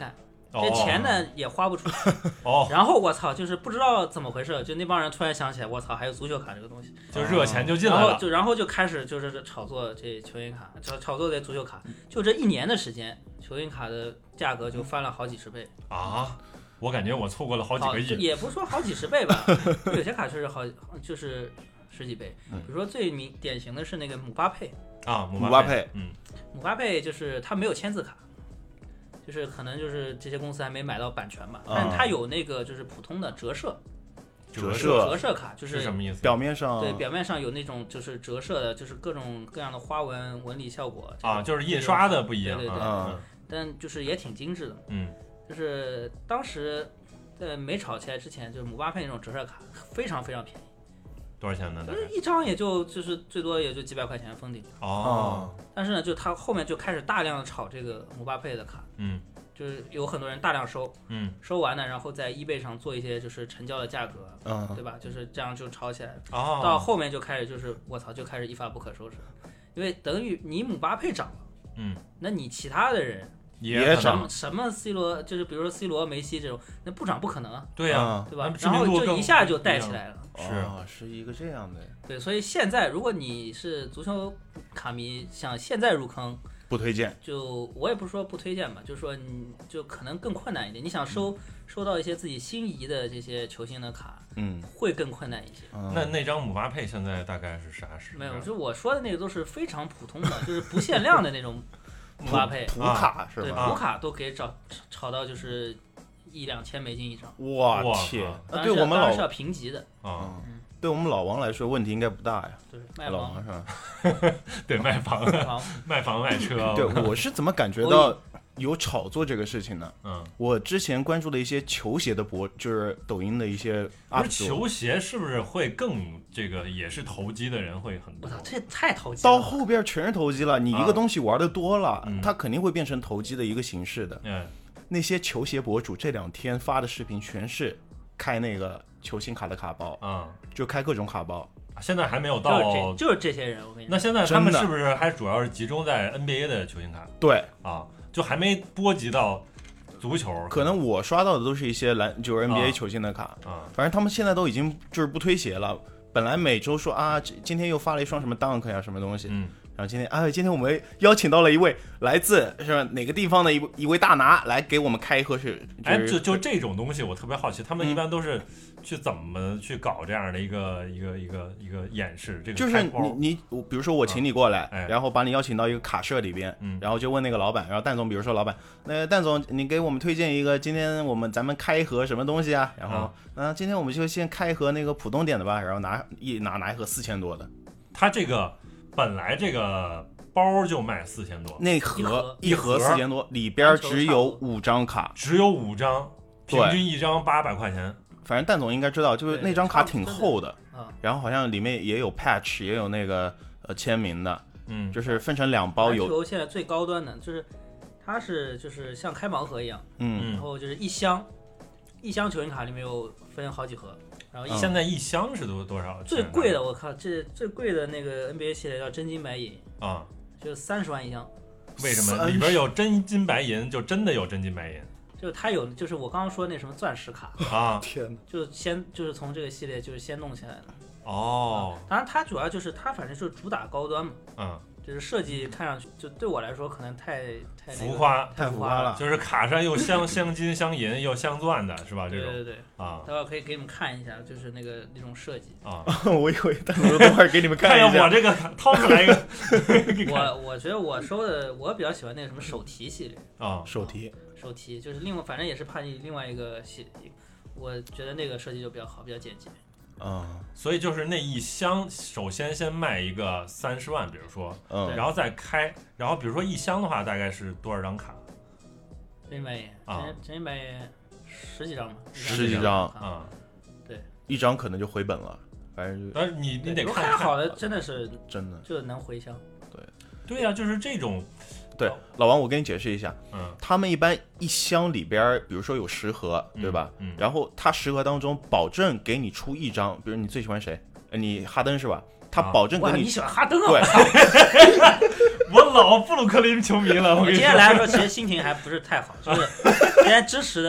这钱呢也花不出去。然后我操，就是不知道怎么回事，就那帮人突然想起来，我操，还有足球卡这个东西， 就热钱就进来了。 然后就开始就是炒作这球星卡，炒作这足球卡。就这1年的时间，球星卡的价格就翻了好几十倍啊！我感觉我错过了好几个亿。 也不是说好几十倍吧，有些卡确实就是10几倍。比如说最典型的是那个姆巴佩啊，姆巴佩， 姆巴佩就是他没有签字卡，就是可能就是这些公司还没买到版权吧，但他有那个就是普通的折射卡，就是什么意思？ 表面上有那种就是折射的，就是各种各样的花纹纹理效果啊，就是印刷的不一样， 对，但就是也挺精致的，就是当时在没炒起来之前，就是姆巴佩那种折射卡非常非常便宜。 多少钱呢？大概一张就是最多也就几百块钱封顶。但是呢，就他后面就开始大量的炒这个姆巴佩的卡，就是有很多人大量收，收完了，然后在 eBay 上做一些就是成交的价格，对吧？就是这样就炒起来了。到后面就开始就是我操，就开始一发不可收拾，因为等于你姆巴佩涨了，那你其他的人。 也涨， 什么 C 罗，就是比如说 C 罗、梅西这种，那不涨不可能， 对呀， 对吧？然后就一下就带起来了， 是一个这样的。 对，所以现在如果你是足球卡迷，想现在入坑， 不推荐。 就我也不是说不推荐吧，就是说你就可能更困难一点。你想收到一些自己心仪的这些球星的卡，会更困难一些。 那张姆巴佩现在大概是啥时？ 没有，就我说的那个都是非常普通的，就是不限量的那种。姆巴佩普卡是吧？ 对，普卡都给炒到就是1-2千美金一张。 我天！对我们当然是要评级的啊。对我们老王来说，问题应该不大呀。 对，卖房是吧？ 对，卖房卖车。 对，我是怎么感觉到有炒作这个事情呢？我之前关注的一些球鞋的就是抖音的一些 UP 主。 球鞋是不是会更这个也是投机的人会很多？ 这太投机了。 到后边全是投机了，你一个东西玩的多了，它肯定会变成投机的一个形式的。那些球鞋博主这2天发的视频全是开那个球星卡的卡包，就开各种卡包。 现在还没有到， 就是这些人。我跟你说， 那现在他们是不是还主要是集中在 NBA 的球星卡？ 对啊。就还没波及到足球， 可能我刷到的都是一些就是 NBA 球星的卡，反正他们现在都已经就是不推鞋了。本来每周说啊，今天又发了一双什么 Dunk 呀什么东西，然后今天我们邀请到了一位来自是吧哪个地方的一位大拿来给我们开一盒是， 就这种东西我特别好奇，他们一般都是去怎么去搞这样的一个演示？这个就是你比如说我请你过来，然后把你邀请到一个卡社里边，然后就问那个老板，然后蛋总，比如说老板，那蛋总你给我们推荐一个，今天咱们开一盒什么东西啊？然后今天我们就先开一盒那个浦东点的吧，然后拿一盒4000多的， 他这个。本来这个包就卖4000多， 那一盒4000多，里边只有5张卡， 只有5张，平均一张800块钱。 反正蛋总应该知道，就是那张卡挺厚的，然后好像里面也有 patch， 也有那个签名的，就是分成2包。有球现在最高端的就是它是就是像开盲盒一样，然后就是一箱球星卡里面有分好几盒。然后现在一箱是多少？ 最贵的我靠，这最贵的那个 NBA 系列叫真金白银啊， 就30万一箱。 为什么里边有真金白银？就真的有真金白银？ 就它有，就是我刚刚说那什么钻石卡啊， 天哪！ 就是从这个系列就是先弄起来的。 当然它主要就是它反正就是主打高端嘛，就是设计看上去就对我来说可能太浮夸， 太浮夸了。 就是卡上又镶金镶银又镶钻的是吧？这种对啊，待会儿可以给你们看一下，就是那种设计啊。我以为待会儿给你们看一下。 我这个掏出来一个。 我觉得我收的我比较喜欢那个什么手提系列啊，手提就是反正也是帕尼另外一个系列，我觉得那个设计就比较好，比较简洁。 所以就是那一箱，首先卖一个30万，比如说，然后再开，然后比如说一箱的话，大概是多少张卡？ 真金白银啊，真金白银10几张吧 ，10几张啊，对， 一张可能就回本了，反正但是你得看好的，真的是真的就能回箱。 对呀，就是这种。 对，老王，我跟你解释一下，他们一般一箱里边，比如说有10盒，对吧？然后他10盒当中保证给你出1张，比如你最喜欢谁？你哈登是吧？ 他保证给你喜欢哈登啊？ 对， 我老布鲁克林球迷了。我今天来说，其实心情还不是太好，就是昨天支持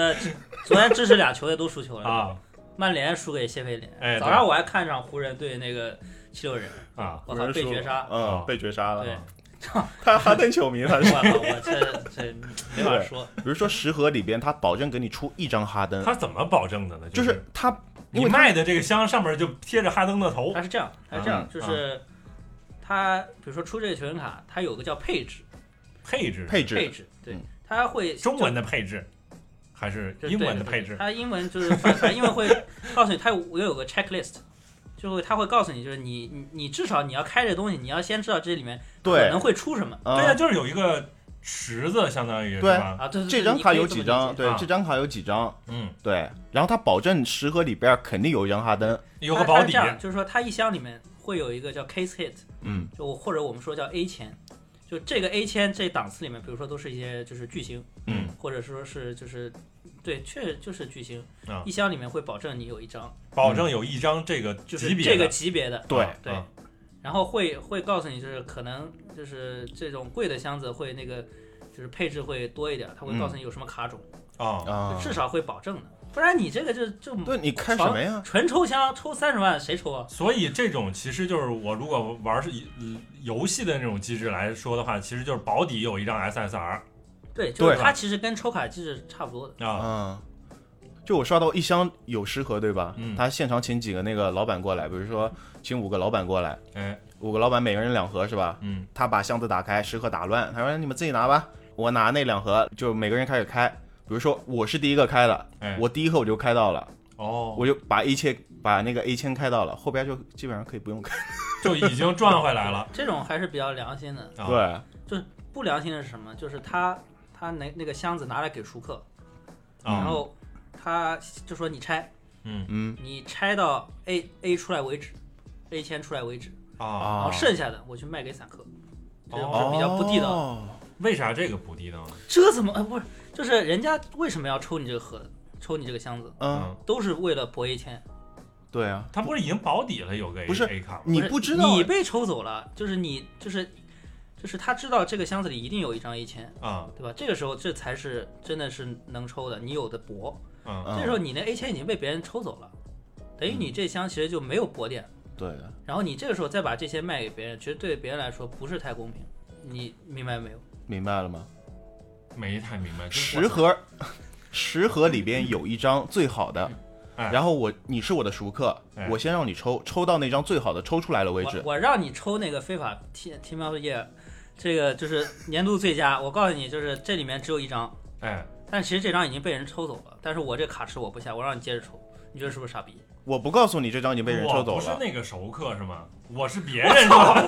2球队都输球了啊。曼联输给谢菲联，早上我还看场湖人对那个76人啊， 我靠被绝杀， 被绝杀了。 对， 他哈登球迷，他是我这没法说。 比如说10盒里边，他保证给你出1张哈登， 他怎么保证的呢？ 就是他。 你卖的这个箱上面就贴着哈登的头。 它是这样，就是它比如说出这个球员卡，它有个叫配置，对，它会中文的配置还是英文的配置？ 它英文就是反正英文会告诉你，它有个 checklist， 它会告诉你，就是你至少你要开这东西，你要先知道这里面可能会出什么。 对呀，就是有一个池子，相当于是吧？ 啊，对， 这张卡有几张？对，这张卡有几张？对。然后他保证10盒里边肯定有1张哈登， 有个保底。 就是说，它一箱里面会有一个叫 case hit， 就或者我们说叫 A 签，就这个 A 签这档次里面，比如说都是一些就是巨星，或者说是就是对，确实就是巨星。一箱里面会保证你有1张， 保证有1张这个就是这个级别的， 对。 然后会告诉你，就是可能就是这种贵的箱子会那个就是配置会多一点，它会告诉你有什么卡种至少会保证的。不然你这个就对，你开什么呀？ 纯抽箱抽30万谁抽啊？ 所以这种其实就是我如果玩游戏的那种机制来说的话，其实就是保底有1张 SSR。 对，就是它其实跟抽卡机制差不多的就我刷到1箱有10盒，对吧？他现场请几个那个老板过来，比如说请5个老板过来，5个老板每个人2盒是吧？他把箱子打开，10盒打乱，他说你们自己拿吧，我拿那2盒，就每个人开始开。比如说我是第一个开的，我第1盒我就开到了，我就把那个 A 签开到了，后边就基本上可以不用开， 就已经赚回来了。 这种还是比较良心的。 对， 就是不良心的是什么？就是他那个箱子拿来给熟客，然后他就说你拆，你拆到 A 出来为止，A 签出来为止然后剩下的我去卖给散客，这是比较不地道。 为啥这个不地道呢？ 这怎么不是？就是人家为什么要抽你这个盒子，抽你这个箱子？都是为了博 A 签。 对啊， 他不是已经保底了，有个 A 卡？ 你不知道你被抽走了，就是你就是他知道这个箱子里一定有1张 A 签对吧？这个时候这才是真的是能抽的，你有的博。这时候你那 A 签已经被别人抽走了，等于你这箱其实就没有博点。 对的。 然后你这个时候再把这些卖给别人，其实对别人来说不是太公平。你明白没有？ 明白了吗？ 没太明白。 10盒里边有1张最好的，然后你是我的熟客，我先让你抽到那张最好的抽出来了为止。 我让你抽那个非法Team of the Year，这个就是年度最佳。我告诉你，就是这里面只有1张，但其实这张已经被人抽走了。但是我这卡池我不下，我让你接着抽，你觉得是不是傻逼？ 我不告诉你这张已经被人抽走了。 我不是那个熟客是吗？我是别人是吧？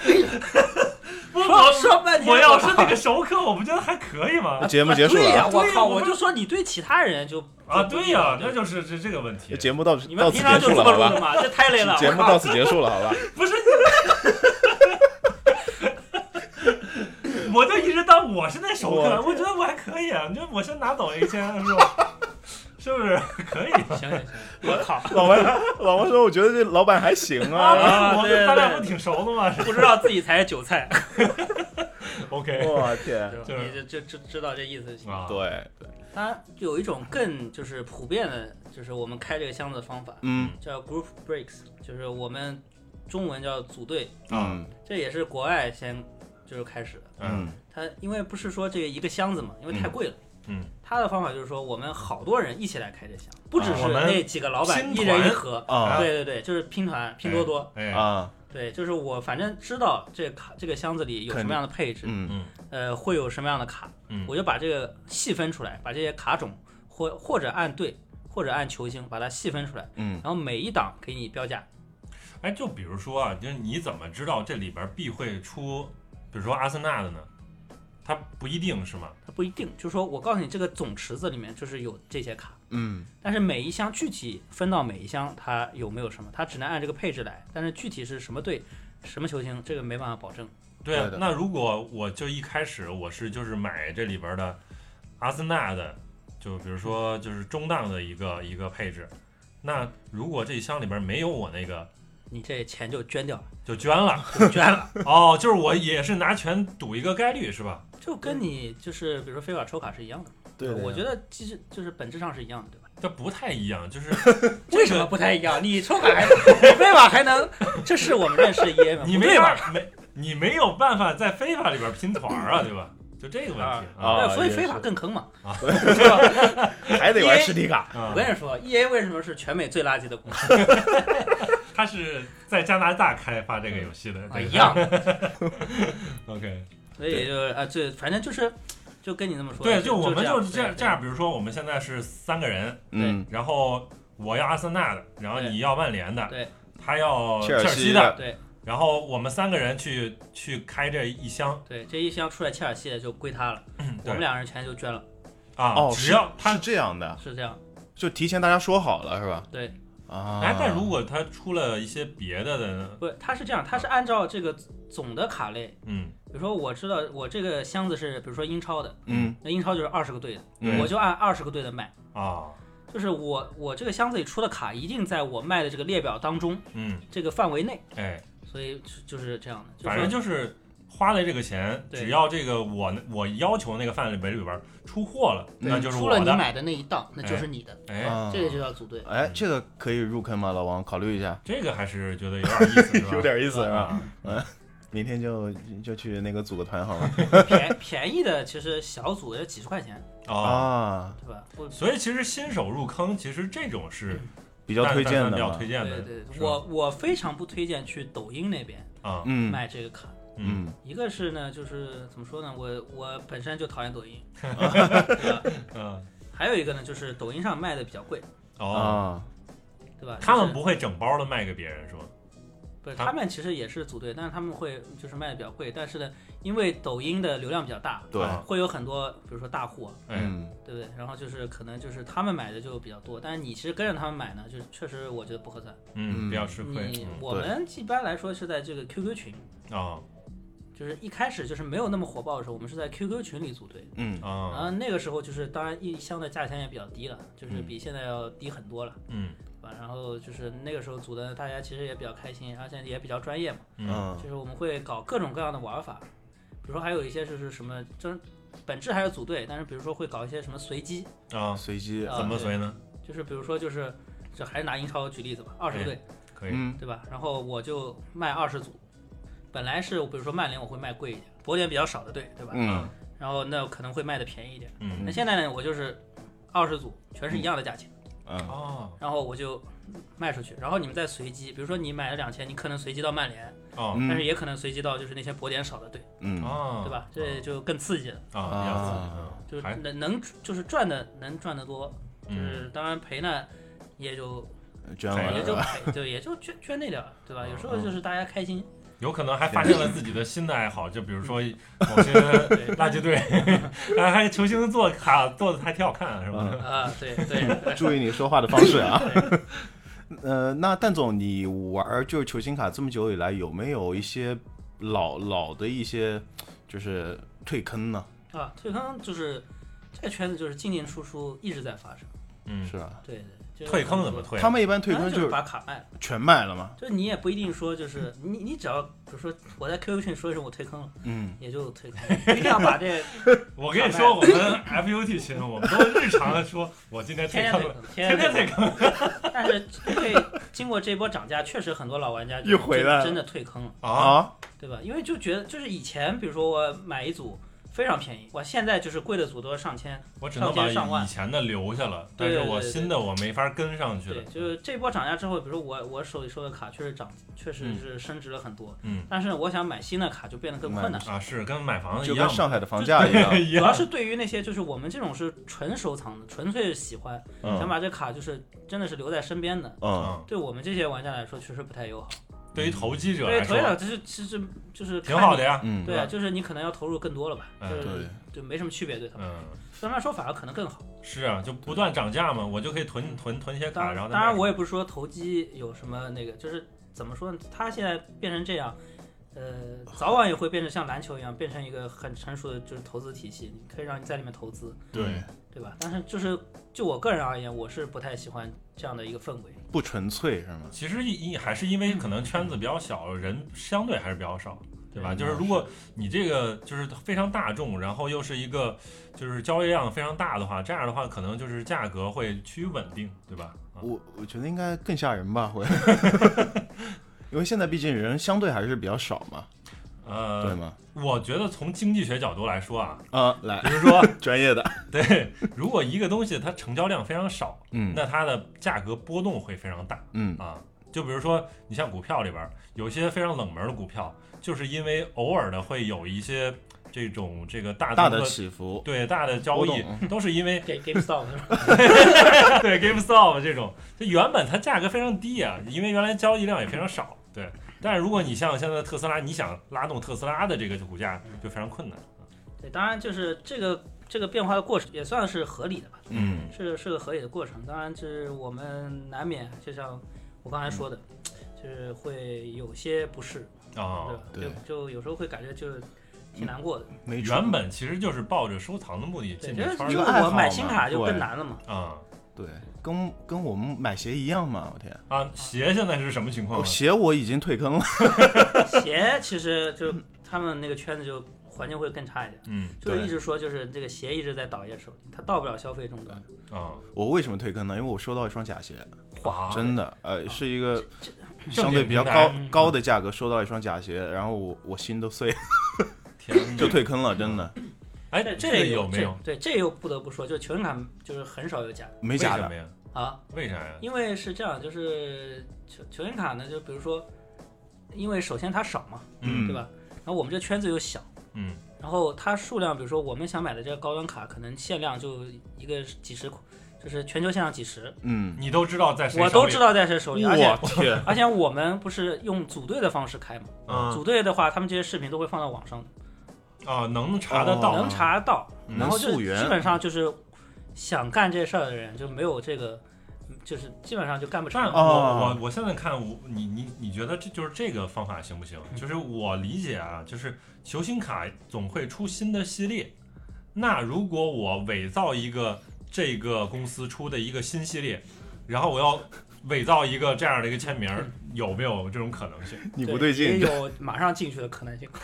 说半天， 我要是那个熟客，我不觉得还可以吗？ 节目结束了。 对呀，我靠，我就说你对其他人就对呀，那就是这个问题。 节目到此结束了， 你们平常就这么录的吗？这太累了。 节目到此结束了，好吧？ 不是，我就一直当我是那熟客，我觉得我还可以啊。就我先拿走A签是吧？是不是可以？ 行，我靠！ 老王说，我觉得这老板还行啊。 我跟他俩不挺熟的吗？ 不知道自己才是韭菜。 OK， 我天， 你就知道这意思就行。 对， 它有一种更就是普遍的，就是我们开这个箱子的方法，叫 group breaks， 就是我们中文叫组队这也是国外先就是开始的。它因为不是说这一个箱子嘛，因为太贵了。他的方法就是说，我们好多人一起来开这箱，不只是那几个老板一人1盒对，就是拼团拼多多对，就是我反正知道这个箱子里有什么样的配置，会有什么样的卡，我就把这个细分出来，把这些卡种或者按队或者按球星把它细分出来，然后每一档给你标价。 就比如说啊，就是你怎么知道这里边必会出，比如说阿森纳的呢？它不一定是吗？ 它不一定，就是说我告诉你，这个总池子里面就是有这些卡，但是每一箱具体分到每一箱它有没有什么，它只能按这个配置来，但是具体是什么队、什么球星，这个没办法保证。 对啊，那如果我就一开始我就是买这里边的阿森纳的，就比如说就是中档的一个配置，那如果这一箱里边没有我那个你这钱就捐掉了， 就捐了。哦，就是我也是拿钱赌一个概率是吧？ 就跟你就是比如说非法抽卡是一样的。 对， 我觉得其实就是本质上是一样的，对吧？ 这不太一样，就是为什么不太一样？你抽卡还你非法还能，这是我们认识的 EA 吗？ 你没有办法在非法里边拼团啊，对吧？就这个问题所以非法更坑嘛， 是吧？还得玩实体卡。 我跟你说 ，EA 为什么是全美最垃圾的公司？ 他是在加拿大开发这个游戏的， 一样。 OK， 所以就反正就跟你这么说。 对，就我们就这样，比如说我们现在是3个人， 对， 然后我要阿森纳的，然后你要曼联的， 对， 他要切尔西的， 对。 然后我们3个人去开这一箱， 对，这一箱出来切尔西的就归他了，我们2人钱就捐了。 只要他是这样的， 是这样， 就提前大家说好了是吧？ 对。 但如果他出了一些别的呢？ 不，他是这样，他是按照这个总的卡类，比如说我知道我这个箱子是比如说英超的，那英超就是20个队的，我就按20个队的卖就是我这个箱子里出的卡一定在我卖的这个列表当中，这个范围内，所以就是这样的， 反正就是花了这个钱，只要这个我要求那个范围里边出货了，那就是我的。 出了你买的那一档，那就是你的。这个就叫组队。 这个可以入坑吗？老王考虑一下。 这个还是觉得有点意思，是吧？ 有点意思是吧？明天就去那个组个团好了。 便宜的其实小组也几十块钱对吧？ 所以其实新手入坑，其实这种是比较推荐的， 比较推荐的。 对，我非常不推荐去抖音那边卖这个卡。一个是呢，就是怎么说呢，我本身就讨厌抖音，对吧？还有一个呢，就是抖音上卖的比较贵对吧？ 他们不会整包的卖给别人是吗？ 不是，他们其实也是组队，但是他们会就是卖的比较贵，但是呢，因为抖音的流量比较大， 对， 会有很多比如说大户，对不对？然后就是可能就是他们买的就比较多，但是你其实跟着他们买呢，就确实我觉得不合算， 比较吃亏。 我们一般来说是在这个 QQ 群就是一开始就是没有那么火爆的时候，我们是在 QQ 群里组队，然后那个时候就是当然一箱的价钱也比较低了，就是比现在要低很多了，然后就是那个时候组的大家其实也比较开心，而且也比较专业嘛，就是我们会搞各种各样的玩法，比如说还有一些就是什么，就是本质还是组队，但是比如说会搞一些什么随机随机怎么随呢？ 就是比如说就是这还是拿英超举例子吧，20个队可以， 对吧？然后我就卖20组，本来是比如说曼联我会卖贵一点，博点比较少的队，对吧？然后那可能会卖的便宜一点，那现在呢我就是20组全是一样的价钱。然后我就卖出去，然后你们再随机，比如说你买了2000，你可能随机到曼联，但是也可能随机到就是那些博点少的队，对吧？这就更刺激了就是能就是赚的能赚得多，就是当然赔呢也就捐了， 也就赔，对，也就捐那点，对吧？有时候就是大家开心。 有可能还发现了自己的新的爱好，就比如说某些垃圾队，还球星做卡做的还挺好看，是吧？ 对， 注意你说话的方式啊。那蛋总，你玩就是球星卡这么久以来，有没有一些老的一些就是退坑呢？ 退坑就是这个圈子就是进进出出一直在发生， 是吧？ 对。 退坑怎么退？ 他们一般退坑就是把卡卖了， 全卖了嘛。 就是你也不一定说就是你只要比如说我在 QQ 群说一声我退坑了，也就退坑，一定要把这。 我跟你说，我们 FUT 群我们都日常的说，我今天退坑了，天天退坑。 但是因为经过这波涨价，确实很多老玩家又回来真的退坑了对吧？因为就觉得就是以前比如说我买一组。非常便宜，我现在就是贵的组都上千， 我只能把以前的留下了，但是我新的我没法跟上去了。 对，就是这波涨价之后，比如说我手里收的卡确实是升值了很多，但是我想买新的卡就变得更困难是跟买房子一样，就跟上海的房价一样。 主要是对于那些就是我们这种是纯收藏的，纯粹喜欢，想把这卡就是真的是留在身边的，对我们这些玩家来说确实不太友好。 对于投机者来说， 对投机者其实就是挺好的呀。 对啊，就是你可能要投入更多了吧，就没什么区别对他们。对他们来说反而可能更好。 是啊，就不断涨价嘛，我就可以囤些卡，然后当然我也不是说投机有什么那个，就是怎么说呢？它现在变成这样， 早晚也会变成像篮球一样，变成一个很成熟的就是投资体系，可以让你在里面投资，对吧？但是就我个人而言，我是不太喜欢这样的一个氛围， 不纯粹是吗？ 其实还是因为可能圈子比较小，人相对还是比较少，对吧？就是如果你这个就是非常大众，然后又是一个就是交易量非常大的话，这样的话可能就是价格会趋于稳定，对吧？ 我觉得应该更吓人吧，会，因为现在毕竟人相对还是比较少嘛。对吗？ 我觉得从经济学角度来说啊， 来， 比如说专业的， 对，如果一个东西它成交量非常少，那它的价格波动会非常大，就比如说你像股票里边有些非常冷门的股票，就是因为偶尔的会有一些这个大的起伏， 对，大的交易都是因为 GameStop 对 GameStop 这种，就原本它价格非常低啊，因为原来交易量也非常少，对。但是如果你像现在特斯拉，你想拉动特斯拉的这个股价就非常困难。 对，当然就是这个变化的过程也算是合理的吧，是个合理的过程。当然就是我们难免就像我刚才说的，就是会有些不适对吧？就有时候会感觉就是挺难过的。 原本其实就是抱着收藏的目的进这圈， 就我买新卡就更难了嘛。 对，跟我们买鞋一样嘛，我天啊！鞋现在是什么情况？ 鞋我已经退坑了。 鞋其实就他们那个圈子就环境会更差一点，就是一直说就是这个鞋一直在倒爷手里，它到不了消费终端。 我为什么退坑呢？因为我收到一双假鞋，真的，是一个相对比较高的价格收到一双假鞋，然后我心都碎了，就退坑了，真的。 哎，这个有没有？ 对，这又不得不说，就球星卡就是很少有假的， 没假的啊？ 为啥呀？ 因为是这样，就是球星卡呢，就比如说，因为首先它少嘛，对吧？然后我们这圈子又小，然后它数量，比如说我们想买的这个高端卡，可能限量就一个几十，就是全球限量几十， 你都知道在谁手里？ 我都知道在谁手里，而且我们不是用组队的方式开嘛，组队的话，他们这些视频都会放到网上的。 能查得到， 能查得到，然后就基本上就是想干这事儿的人就没有这个，就是基本上就干不成。 我现在看你觉得这个方法行不行？就是我理解啊，就是球星卡总会出新的系列，那如果我伪造一个这个公司出的一个新系列，然后我要伪造一个这样的一个签名，有没有这种可能性？ 你不对劲， 也有马上进去的可能性。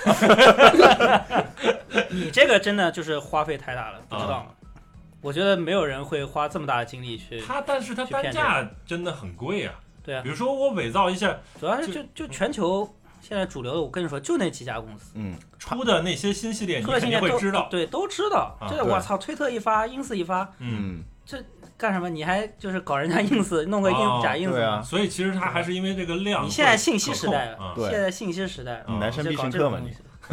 你这个真的就是花费太大了，不知道吗？我觉得没有人会花这么大的精力去。 但是它单价真的很贵啊。 对啊， 比如说我伪造一下， 主要是就全球现在主流的，我跟你说，就那几家公司， 出的那些新系列，你肯定会知道。 对，都知道。这我操，推特一发，ins 一发，这。干什么？你还就是搞人家 ins， 弄个假 ins， 对啊。 所以其实它还是因为这个量。 你现在信息时代了， 现在信息时代， 男生必胜客嘛，你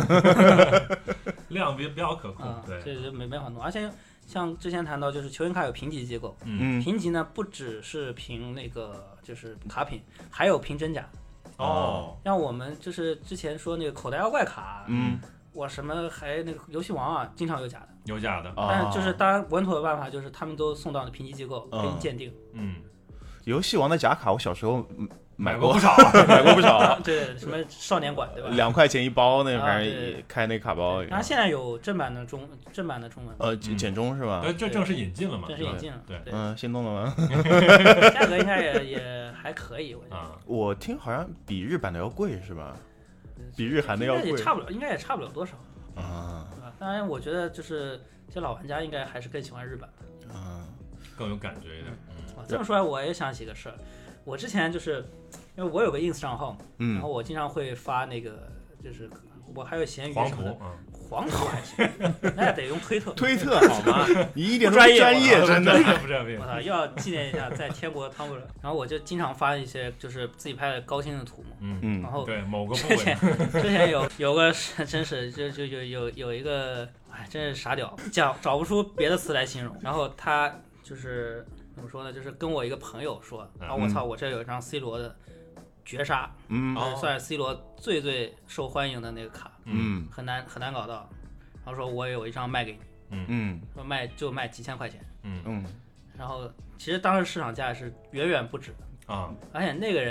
量比较可控，对， 这就没法弄。而且像之前谈到，就是球星卡有评级机构，评级呢不只是评那个就是卡品，还有评真假。像我们就是之前说那个口袋妖怪卡，我什么还那个游戏王啊，经常有假的。 有假的， 但是就是当然稳妥的办法就是他们都送到评级机构给你鉴定。 游戏王的假卡我小时候买过不少， 买过不少。 对，什么少年馆对吧 ？2块钱一包，那反正开那卡包。 然后现在有正版的中文。 简中是吧？ 这正式引进了嘛？ 正式引进了。 对， 心动了吗？ 价格应该也还可以，我觉得。 我听好像比日版的要贵是吧？比日韩的要贵。 应该也差不了多少。当然，我觉得就是这些老玩家应该还是更喜欢日版的， 更有感觉一点。 这么说来，我也想起个事儿。我之前就是因为我有个 ins 账号嘛，然后我经常会发那个，就是我还有闲鱼什么的，黄图还行，那得用推特。 推特好吗？你一点都不专业，真的。 我操，又要纪念一下在天国汤姆人。然后我就经常发一些就是自己拍的高清的图嘛，然后对某个部位。 之前有个真是就有一个，哎，真是傻屌，找不出别的词来形容。然后他就是怎么说呢？就是跟我一个朋友说，我操，我这有一张 C 罗的绝杀，算是 C 罗最受欢迎的那个卡，很难搞到。然后说我有一张卖给你，说卖几千块钱， 嗯， 然后其实当时市场价是远远不止的啊，而且那个人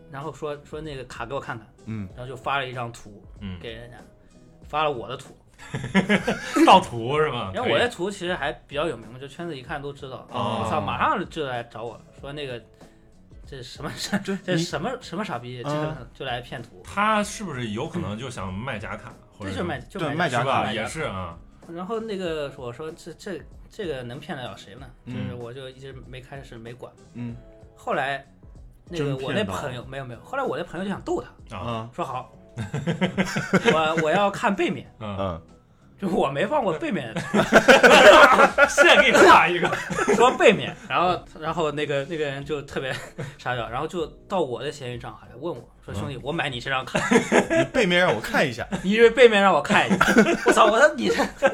然后说那个卡给我看看，然后就发了一张图，给人家，发了我的图， 盗图是吗？ 因为我的图其实还比较有名，就圈子一看都知道，我操，马上就来找我说那个。这什么傻逼，这个就来骗图。 他是不是有可能就想卖假卡？ 这就卖假卡也是啊。 然后那个我说这个能骗得了谁呢？就是我就一直没开始没管。后来那个我那朋友没有，后来我那朋友就想逗他说好，我要看背面。就我没放过背面， 现在给你画一个， 说背面，然后那个人就特别傻屌，然后就到我的闲鱼账号来问我说：“兄弟，我买你这张卡， 你背面让我看一下。” 你这背面让我看一下，我操！我说你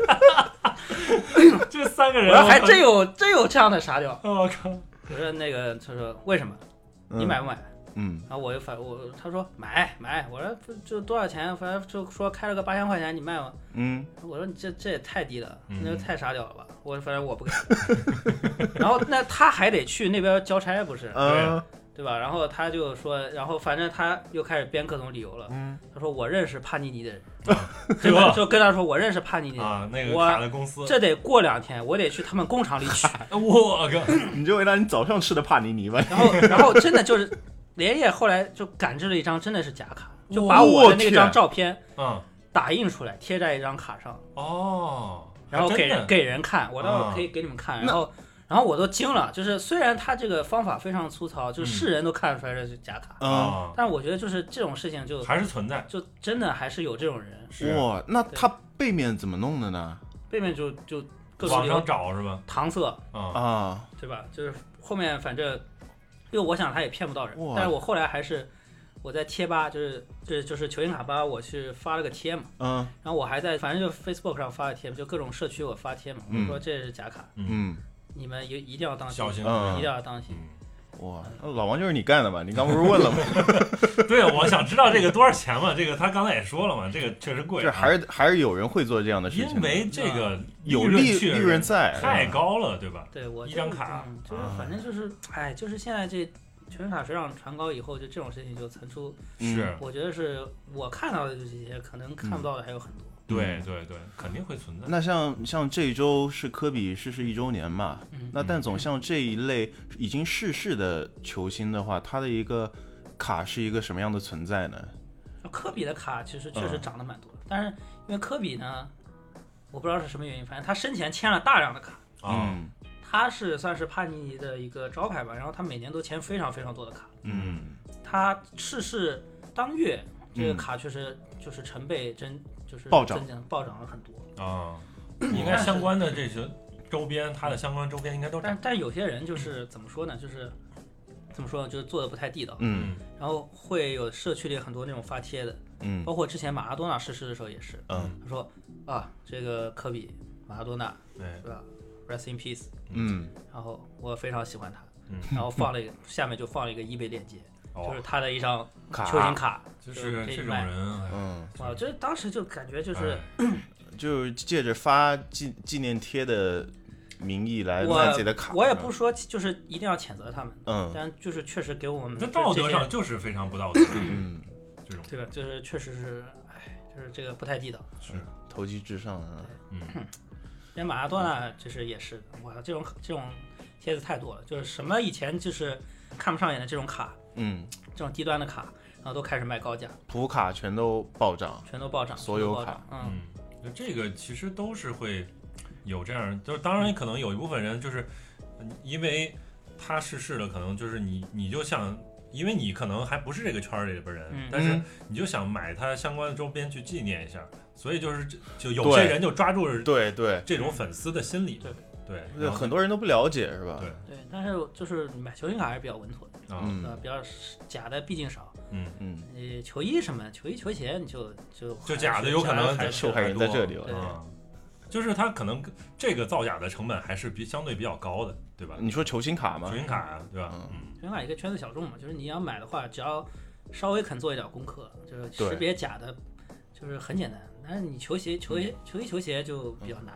这3个人， 我说还真有这样的傻屌。 我靠！ 我说那个，他说为什么？你买不买？然后他说买，我说就多少钱？反正就说开了个8000块钱，你卖吗？我说你这也太低了，那太傻屌了吧！反正我不敢。然后那他还得去那边交差，不是？对吧？然后他就说，然后反正他又开始编各种理由了。他说我认识帕尼尼的人，就跟他说我认识帕尼尼的人那个卡的公司， 这得过2天，我得去他们工厂里取。 我靠！ 你就为了你早上吃的帕尼尼吧。 然后真的就是连夜后来就赶制了一张真的是假卡，就把我的那张照片打印出来贴在一张卡上。然后给人看，我到时候可以给你们看。然后我都惊了，就是虽然他这个方法非常粗糙，就是世人都看得出来这是假卡，但是我觉得就是这种事情就还是存在， 就真的还是有这种人。 哇，那他背面怎么弄的呢？ 背面就各种网上找是吧？ 搪塞对吧？就是后面反正，因为我想他也骗不到人，但是我后来还是我在贴吧，就是球星卡吧，我去发了个贴嘛，然后我还在反正就 Facebook 上发了贴，就各种社区我发贴嘛，我说这是假卡，你们一定要当心， 小心， 一定要当心。 哇，老王就是你干的吧？你刚不是问了吗？ 对，我想知道这个多少钱嘛？这个他刚才也说了嘛，这个确实贵。 这还是有人会做这样的事情， 因为这个有利润在， 太高了，对吧？ 对，我一张卡， 就是反正就是，就是现在这球星卡水涨船高以后，就这种事情就层出。 是， 我觉得是我看到的就这些，可能看不到的还有很多。 对，肯定会存在。 那像这一周是科比逝世1周年嘛？那但总像这一类已经逝世的球星的话，他的一个卡是一个什么样的存在呢？ 科比的卡其实确实涨得蛮多的，但是因为科比呢，我不知道是什么原因，反正他生前签了大量的卡。他是算是帕尼尼的一个招牌吧，然后他每年都签非常非常多的卡。他逝世当月，这个卡确实就是成倍就是暴涨了很多应该相关的这些周边，它的相关周边应该都涨。 但有些人就是怎么说呢？就是做的不太地道。然后会有社区里很多那种发帖的，包括之前马拉多纳逝世的时候也是，他说这个科比马拉多纳，对吧 ？Rest in peace。然后我非常喜欢他，然后下面就放了一个eBay链接。就是他的一张球星卡， 就是这种人， 这当时就感觉就是就借着发纪念贴的名义来卖自己的卡。 我也不说就是一定要谴责他们，但就是确实给我们这道德上就是非常不道德，这种这个就是确实是，就是这个不太地道， 是投机至上啊。 连马拉多纳就是也是，哇，这种帖子太多了，就是什么以前就是看不上眼的这种卡。这种低端的卡，然后都开始卖高价， 普卡全都暴涨，所有卡， 这个其实都是会有这样，就是当然可能有一部分人就是因为他逝世了，可能就是你就想，因为你可能还不是这个圈里边人，但是你就想买他相关的周边去纪念一下，所以就有些人就抓住了这种粉丝的心理， 对，很多人都不了解是吧？ 对，但是就是买球星卡还是比较稳妥的。比较假的毕竟少。球衣什么，球衣球鞋你就假的有可能受害人在这里了。 就是他可能这个造假的成本还是相对比较高的，对吧？ 你说球星卡吗？ 球星卡啊，对吧？ 球星卡一个圈子小众嘛，就是你要买的话，只要稍微肯做一点功课，就是识别假的，就是很简单。但是你球鞋、球衣、球鞋就比较难了。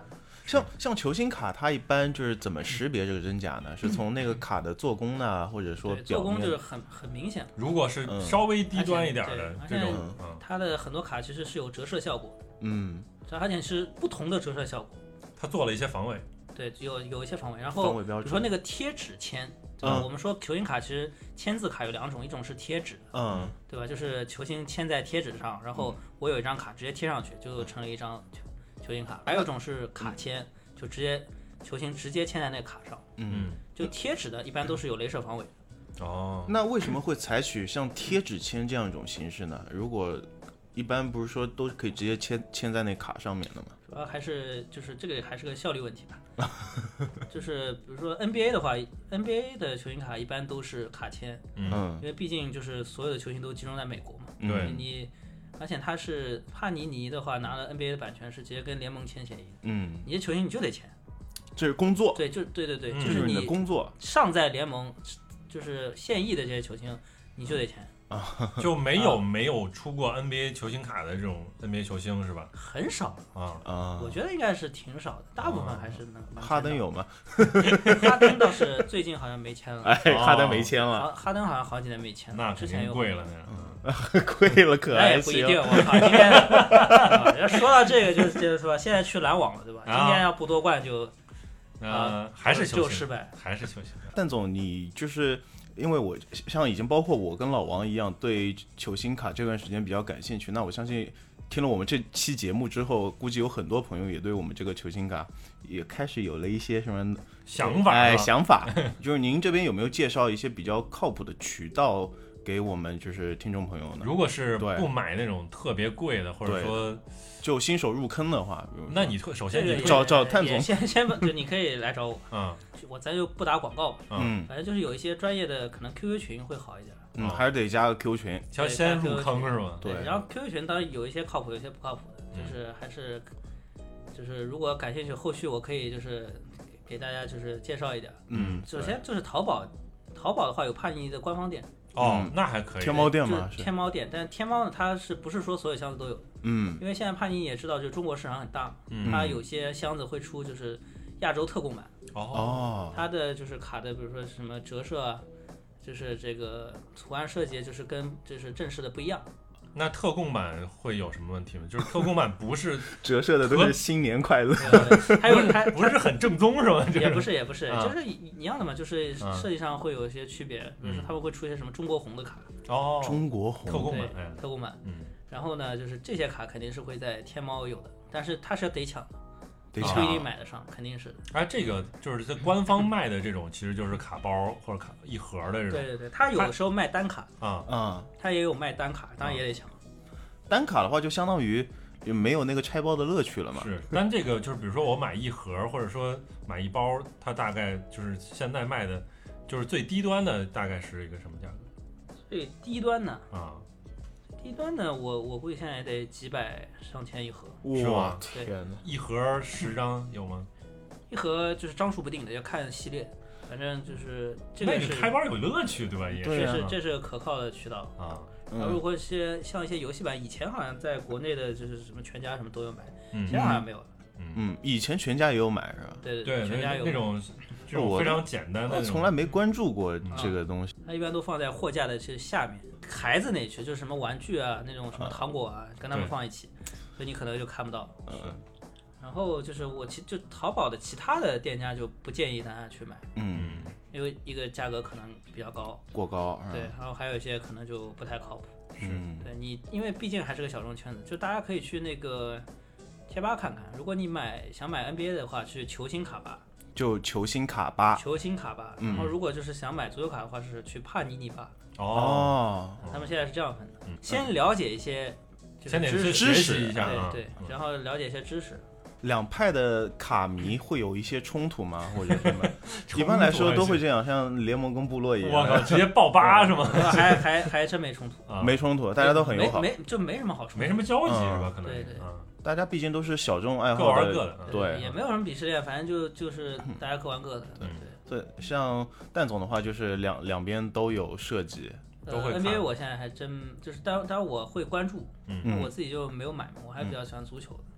像球星卡，它一般就是怎么识别这个真假呢？是从那个卡的做工呢，或者说做工就是很明显。 如果是稍微低端一点的这种， 它的很多卡其实是有折射效果。而且是不同的折射效果。 它做了一些防伪。 对，有一些防伪。然后比如说那个贴纸签。我们说球星卡其实签字卡有2种，一种是贴纸，对吧？就是球星签在贴纸上，然后我有一张卡直接贴上去，就成了一张球星卡。还有一种是卡签，就直接球星直接签在那个卡上。就贴纸的一般都是有镭射防伪的。 那为什么会采取像贴纸签这样一种形式呢？如果一般不是说都可以直接签在那卡上面的吗？ 主要还是就是这个还是个效率问题吧。就是比如说 NBA 的话 ，NBA 的球星卡一般都是卡签，因为毕竟就是所有的球星都集中在美国嘛。 对， 而且他是帕尼尼的话，拿了 NBA 的版权是直接跟联盟签协议。你这球星你就得签， 这是工作。 对，对，就是你的工作。 上在联盟就是现役的这些球星，你就得签。 就没有出过 NBA 球星卡的这种 NBA 球星是吧？ 很少我觉得应该是挺少的，大部分还是能。 哈登有吗？ 哈登倒是最近好像没签了。 哈登没签了。 哈登好像好几年没签了。 那之前贵了呢。贵了可还行。 也不一定，我靠！今天说到这个就是说，现在去篮网了，对吧？今天要不夺冠就还是就失败， 还是球星。 蛋总，你就是因为我像已经包括我跟老王一样，对球星卡这段时间比较感兴趣。那我相信听了我们这期节目之后，估计有很多朋友也对我们这个球星卡也开始有了一些什么想法。 想法就是您这边有没有介绍一些比较靠谱的渠道给我们就是听众朋友呢？ 如果是不买那种特别贵的，或者说就新手入坑的话， 那你首先你找探总， 先就你可以来找我，咱就不打广告，反正就是有一些专业的，可能 QQ 群会好一点， 还是得加个 QQ 群， 先入坑是吧？ 对， 然后 QQ 群当然有一些靠谱，有一些不靠谱的，就是还是就是如果感兴趣，后续我可以就是给大家就是介绍一点。首先就是淘宝的话有帕尼尼的官方店。 那还可以。 天猫店吗？ 天猫店，但是天猫呢，它是不是说所有箱子都有？因为现在帕尼尼也知道，就中国市场很大，它有些箱子会出就是亚洲特供版。它的就是卡的，比如说什么折射啊，就是这个图案设计，就是跟就是正式的不一样。 那特供版会有什么问题吗？就是特供版不是折射的都是新年快乐， 还有它不是很正宗是吗？ 也不是，就是一样的嘛，就是设计上会有一些区别，比如说他们会出一些什么中国红的卡。 中国红特供版， 特供版。然后呢，就是这些卡肯定是会在天猫有的，但是它是要得抢的。不一定买得上，肯定是的。 这个就是在官方卖的这种，其实就是卡包或者卡一盒的这种。 对，它有的时候卖单卡它也有卖单卡，当然也得抢。 单卡的话，就相当于没有那个拆包的乐趣了嘛。 是，但这个就是比如说我买一盒，或者说买一包，它大概就是现在卖的，就是最低端的大概是一个什么价格？ 最低端呢？低端的我估计现在也得几百上千一盒， 是吧？ 天哪！ 一盒10张有吗？ 一盒就是张数不定的，要看系列。反正就是这个是开包有乐趣，对吧？也是这是个可靠的渠道如果像一些游戏版，以前好像在国内的就是什么全家什么都有买，现在好像没有了。 以前全家也有买是吧？ 对， 全家有那种非常简单的， 我从来没关注过这个东西。 它一般都放在货架的下面，孩子那区就是什么玩具啊，那种什么糖果啊，跟他们放一起，所以你可能就看不到。然后就是就淘宝的其他的店家就不建议大家去买，因为一个价格可能比较高， 过高。 对，然后还有一些可能就不太靠谱。对你，因为毕竟还是个小众圈子，就大家可以去那个贴吧看看。如果你想买 NBA 的话，去球星卡吧。 就球星卡吧。 球星卡吧。然后如果就是想买足球卡的话，是去帕尼尼吧。他们现在是这样分的，先了解一些先得知识一下， 对，然后了解一些知识。 两派的卡迷会有一些冲突吗？或者什么？一般来说都会这样，像联盟跟部落一样。 我靠，直接爆吧是吗？ 还真没冲突没冲突，大家都很友好， 就没什么好冲突， 没什么交集是吧？可能对， 大家毕竟都是小众爱好， 各玩各的， 对， 也没有什么鄙视链，反正就是大家各玩各的。 对，像蛋总的话，就是两边都有设计。 都会看 NBA 我现在还真就是，当然我会关注，我自己就没有买嘛，我还比较喜欢足球的。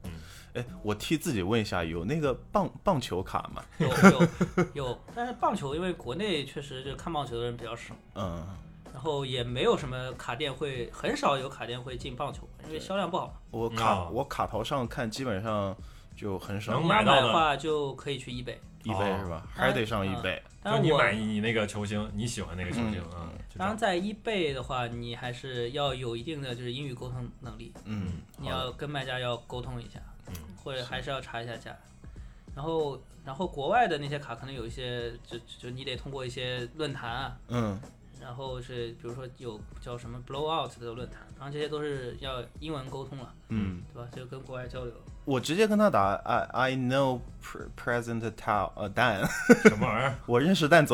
哎，我替自己问一下，有那个棒球卡吗？ 有，但是棒球因为国内确实就看棒球的人比较少，然后也没有什么卡店会，很少有卡店会进棒球，因为销量不好。 我卡淘上看基本上就很少。 能买到的话就可以去eBay 是吧？还是得上eBay。 就你买你那个球星，你喜欢那个球星啊。 当然，在eBay的话，你还是要有一定的就是英语沟通能力。你要跟卖家要沟通一下，或者还是要查一下价。然后国外的那些卡可能有一些，就你得通过一些论坛啊。然后是比如说有叫什么 blowout 的论坛，然后这些都是要英文沟通了，对吧？就跟国外交流。 我直接跟他打 I know President Dan 什么玩意儿？ 我认识蛋总。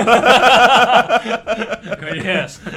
可以。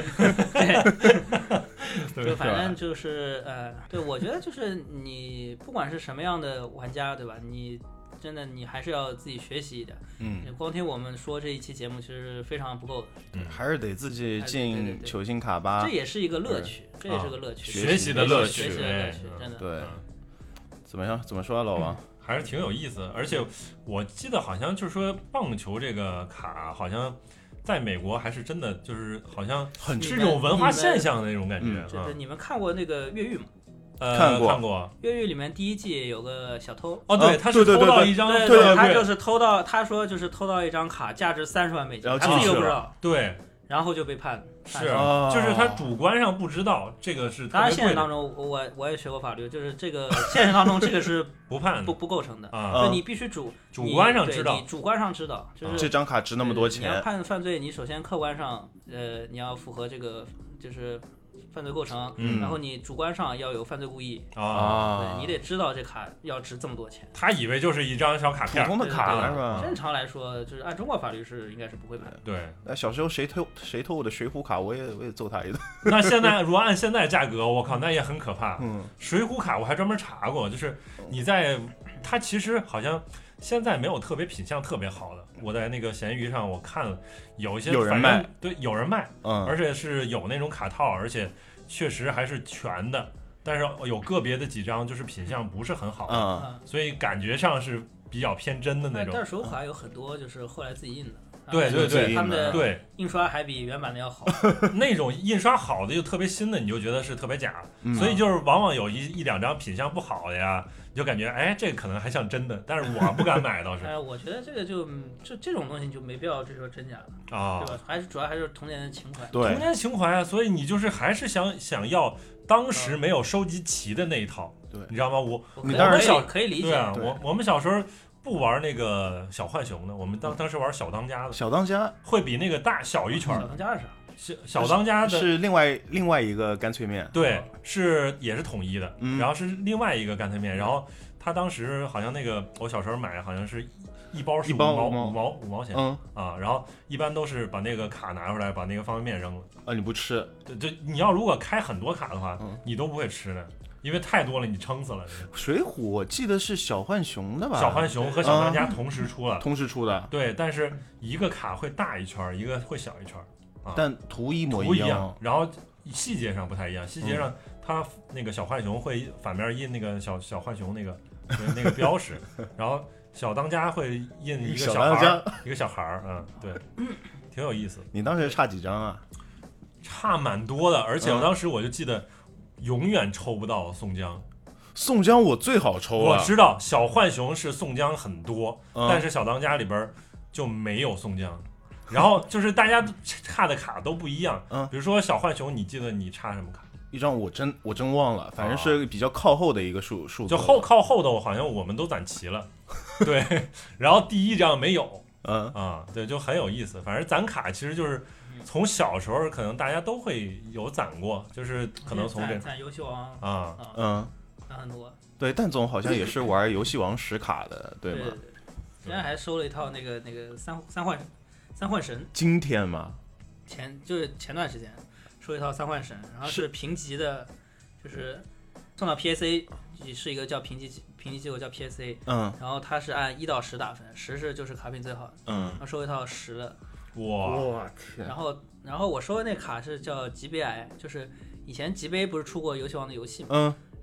对，就反正就是对，我觉得就是你不管是什么样的玩家，对吧？你真的你还是要自己学习一点。光听我们说这一期节目其实非常不够的。 还是得自己进球星卡吧。 这也是一个乐趣，这也是个乐趣， 学习的乐趣， 学习的乐趣，真的。 对。怎么样？怎么说啊，老王？ 还是挺有意思，而且我记得好像就是说棒球这个卡，好像在美国还是真的就是好像是这种文化现象的那种感觉。 就是你们看过那个越狱吗？ 看过。 越狱里面第一季有个小偷。 对，他是偷到一张， 对，他就是偷到，他说就是偷到一张卡，价值30万美金，他自己都不知道。 对。 然后就被判。 是，就是他主观上不知道这个是。 当然，现实当中我也学过法律，就是这个现实当中这个是不判不构成的就你必须主观上知道， 你主观上知道，就是这张卡值那么多钱。 你要判犯罪，你首先客观上你要符合这个就是犯罪构成，然后你主观上要有犯罪故意对，你得知道这卡要值这么多钱。 他以为就是一张小卡片， 普通的卡是吧？ 正常来说，就是按中国法律是应该是不会买的。 对， 小时候谁偷我的水浒卡，我也揍他一顿。 那现在如果按现在价格，我靠，那也很可怕。水浒卡我还专门查过，就是它其实好像现在没有特别品相特别好的。我在那个闲鱼上我看了，有一些有人卖， 对，有人卖，而且是有那种卡套，而且确实还是全的，但是有个别的几张就是品相不是很好，所以感觉上是比较偏真的那种。 但是手卡有很多就是后来自己印的。 对， 他们的印刷还比原版的要好。 那种印刷好的又特别新的，你就觉得是特别假，所以就是往往有一两张品相不好的呀，你就感觉这个可能还像真的，但是我不敢买倒是。 我觉得这个就这种东西就没必要追求真假了对吧？主要还是童年的情怀。 对， 童年情怀啊，所以你就是还是想要当时没有收集齐的那一套， 对， 你知道吗？ 你当然可以理解。 对啊，我们小时候不玩那个小浣熊的，我们当时玩小当家的。 小当家会比那个大小一圈。 小当家是啥？ 小当家的是另外一个干脆面。 对，也是统一的，然后是另外一个干脆面，然后他当时好像那个我小时候买好像是一包是5毛钱然后一般都是把那个卡拿出来，把那个方便面扔了。 你不吃？ 就你要如果开很多卡的话，你都不会吃的。因为太多了，你撑死了。 水浒我记得是小浣熊的吧？ 小浣熊和小当家同时出了， 同时出的。 对，但是一个卡会大一圈，一个会小一圈， 但图一模一样。然后细节上不太一样，细节上它那个小浣熊会反面印那个小浣熊那个标识，然后小当家会印一个小孩，一个小孩对，挺有意思。 你当时差几张啊？ 差蛮多的，而且我当时我就记得。永远抽不到宋江， 宋江我最好抽了。 我知道小浣熊是宋江很多，但是小当家里边就没有宋江。然后就是大家差的卡都不一样，比如说小浣熊，你记得你差什么卡？ 一张我真忘了，反正是比较靠后的一个数字。 就靠后的，好像我们都攒齐了，对。然后第一张没有，对，就很有意思。反正攒卡其实就是。从小时候可能大家都会有攒过，就是可能从这攒游戏王攒很多。 对，蛋总好像也是玩游戏王实卡的，对吗？ 对。现在还收了一套那个三幻神。 今天吗？ 就是前段时间收了一套三幻神，然后是评级的，就是送到 PSA 是一个叫评级机构叫 PSA，然后它是按1到10打分，10是就是卡品最好的，然后收一套10的。 哇天！ 然后我收的那卡是叫级别 I， 就是以前级杯不是出过游戏王的游戏吗？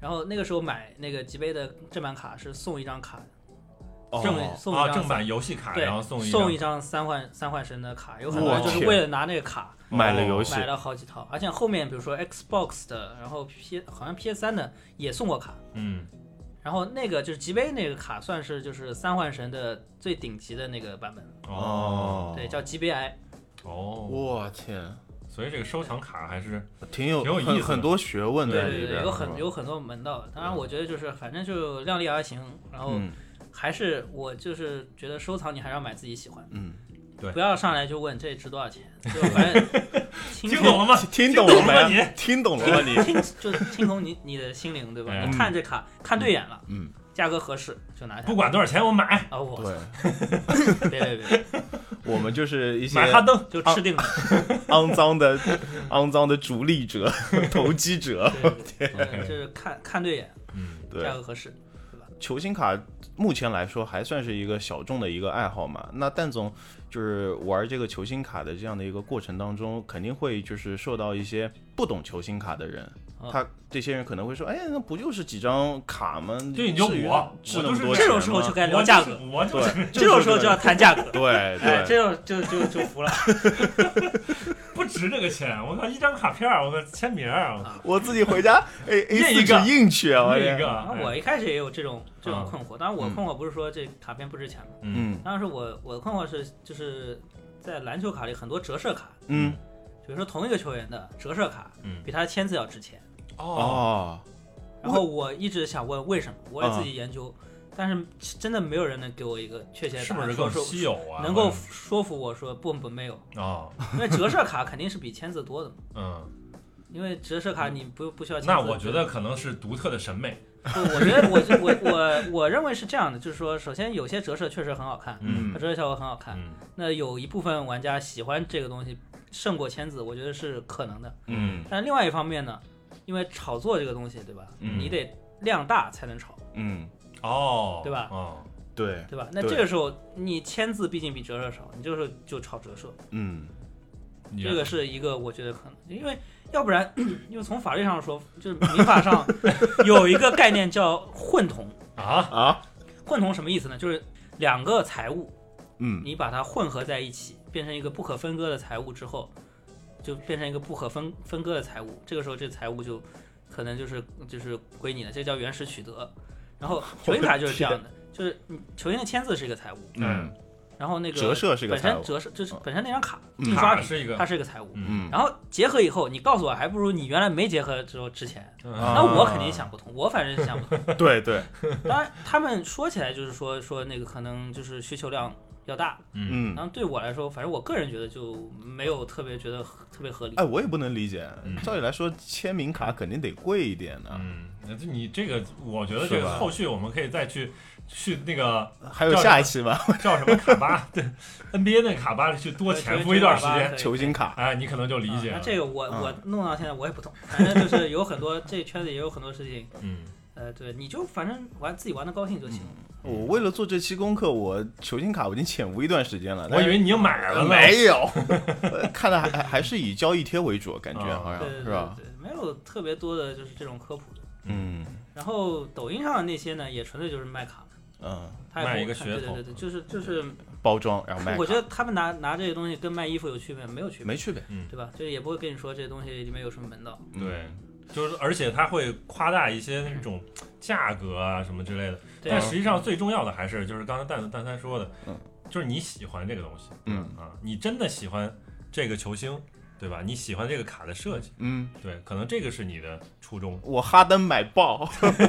然后那个时候买那个级杯的正版卡是送一张卡， 送一张正版游戏卡，然后送一张三幻神的卡，有很多人就是为了拿那个卡买了游戏， 买了好几套，而且后面比如说 Xbox 的，然后好像 PS3 的也送过卡，然后那个就是级杯那个卡算是就是三幻神的最顶级的那个版本对，叫级杯 I。 我天！ 所以这个收藏卡还是挺有意思，很多学问的， 对，有很多门道。当然，我觉得就是反正就量力而行，然后还是我就是觉得收藏你还是要买自己喜欢， 对， 不要上来就问这值多少钱，就反正听懂了吗？ 听懂了吗？你听懂了吗？你就听从你的心灵，对吧？你看这卡看对眼了，价格合适就拿下， 不管多少钱我买啊！我对， 别， 我们就是一些买哈登就吃定了， 肮脏的逐利者、投机者， 就是看对眼， 对， 价格合适，对吧？ 球星卡目前来说还算是一个小众的一个爱好嘛。那蛋总就是玩这个球星卡的这样的一个过程当中，肯定会就是受到一些不懂球星卡的人。他这些人可能会说，那不就是几张卡吗？ 对，你就我这种时候就该聊价格， 对， 这种时候就要谈价格， 对， 这种就服了， 不值这个钱，我靠，一张卡片，我靠，签名， 我自己回家A4 纸印去啊， 一个。 我一开始也有这种困惑，当然我困惑不是说这卡片不值钱嘛，当然是我的困惑是就是在篮球卡里很多折射卡，比如说同一个球员的折射卡，比他的签字要值钱。然后我一直想问为什么，我也自己研究，但是真的没有人能给我一个确切的答案， 是不是更稀有啊？ 能够说服我说不没有因为折射卡肯定是比签字多的嘛。因为折射卡你不需要签字。 那我觉得可能是独特的审美。 我觉得我认为是这样的，就是说，首先有些折射确实很好看，折射效果很好看。那有一部分玩家喜欢这个东西胜过签字，我觉得是可能的。但是另外一方面呢，因为炒作这个东西，对吧？你得量大才能炒。对吧？对吧？那这个时候你签字毕竟比折射少，你这个时候就炒折射。这个是一个我觉得可能，因为要不然，因为从法律上说，就是民法上有一个概念叫混同混同什么意思呢？就是两个财物，你把它混合在一起，变成一个不可分割的财物之后，就变成一个不可分割的财物。这个时候，这财物就可能就是归你的，这叫原始取得。然后球星卡就是这样的，就是球星的签字是一个财物，然后那个折射是个财务， 本身折射就是本身那张卡印刷品它是一个财务，然后结合以后，你告诉我还不如你原来没结合之后值钱，那我肯定想不通，我反正是想不通。 对， 当然他们说起来就是说那个可能就是需求量要大，然后对我来说，反正我个人觉得就没有特别觉得特别合理。 我也不能理解，照理来说签名卡肯定得贵一点的。 你这个，我觉得这个后续我们可以再去那个， 还有下一期吧， 叫什么卡巴？对 ，NBA 那卡巴去多潜伏一段时间， 球星卡， 你可能就理解了。 那这个我弄到现在我也不懂，反正就是有很多这圈子也有很多事情，对，你就反正自己玩的高兴就行。 我为了做这期功课，我球星卡我已经潜伏一段时间了。 我以为你已经买了， 没有，看来还是以交易贴为主，感觉好像是吧？ 对，没有特别多的就是这种科普的。然后抖音上的那些呢，也纯粹就是卖卡的。 卖一个噱头。 对，就是包装然后卖卡。 我觉得他们拿这些东西跟卖衣服有区别？没有区别， 没区别， 对吧？就是也不会跟你说这些东西里面有什么门道。 对。就是而且它会夸大一些那种价格啊什么之类的，但实际上最重要的还是就是刚才蛋三说的，就是你喜欢这个东西，你真的喜欢这个球星，对吧？你喜欢这个卡的设计，对，可能这个是你的初衷。 我哈登买爆，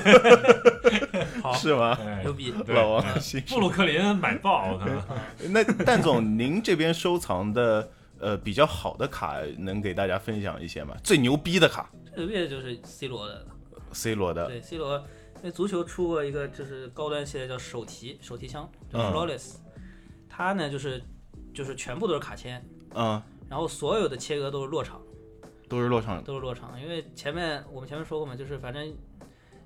是吗？ 牛逼， 老王， 布鲁克林买爆，我靠！ 那蛋总，您这边收藏的比较好的卡，能给大家分享一些吗？最牛逼的卡？ 最牛逼的就是 C 罗的。对 C 罗，因为足球出过一个就是高端系列叫手提箱，叫 Flawless，它呢就是全部都是卡签，然后所有的切割都是落场，因为我们前面说过嘛，就是反正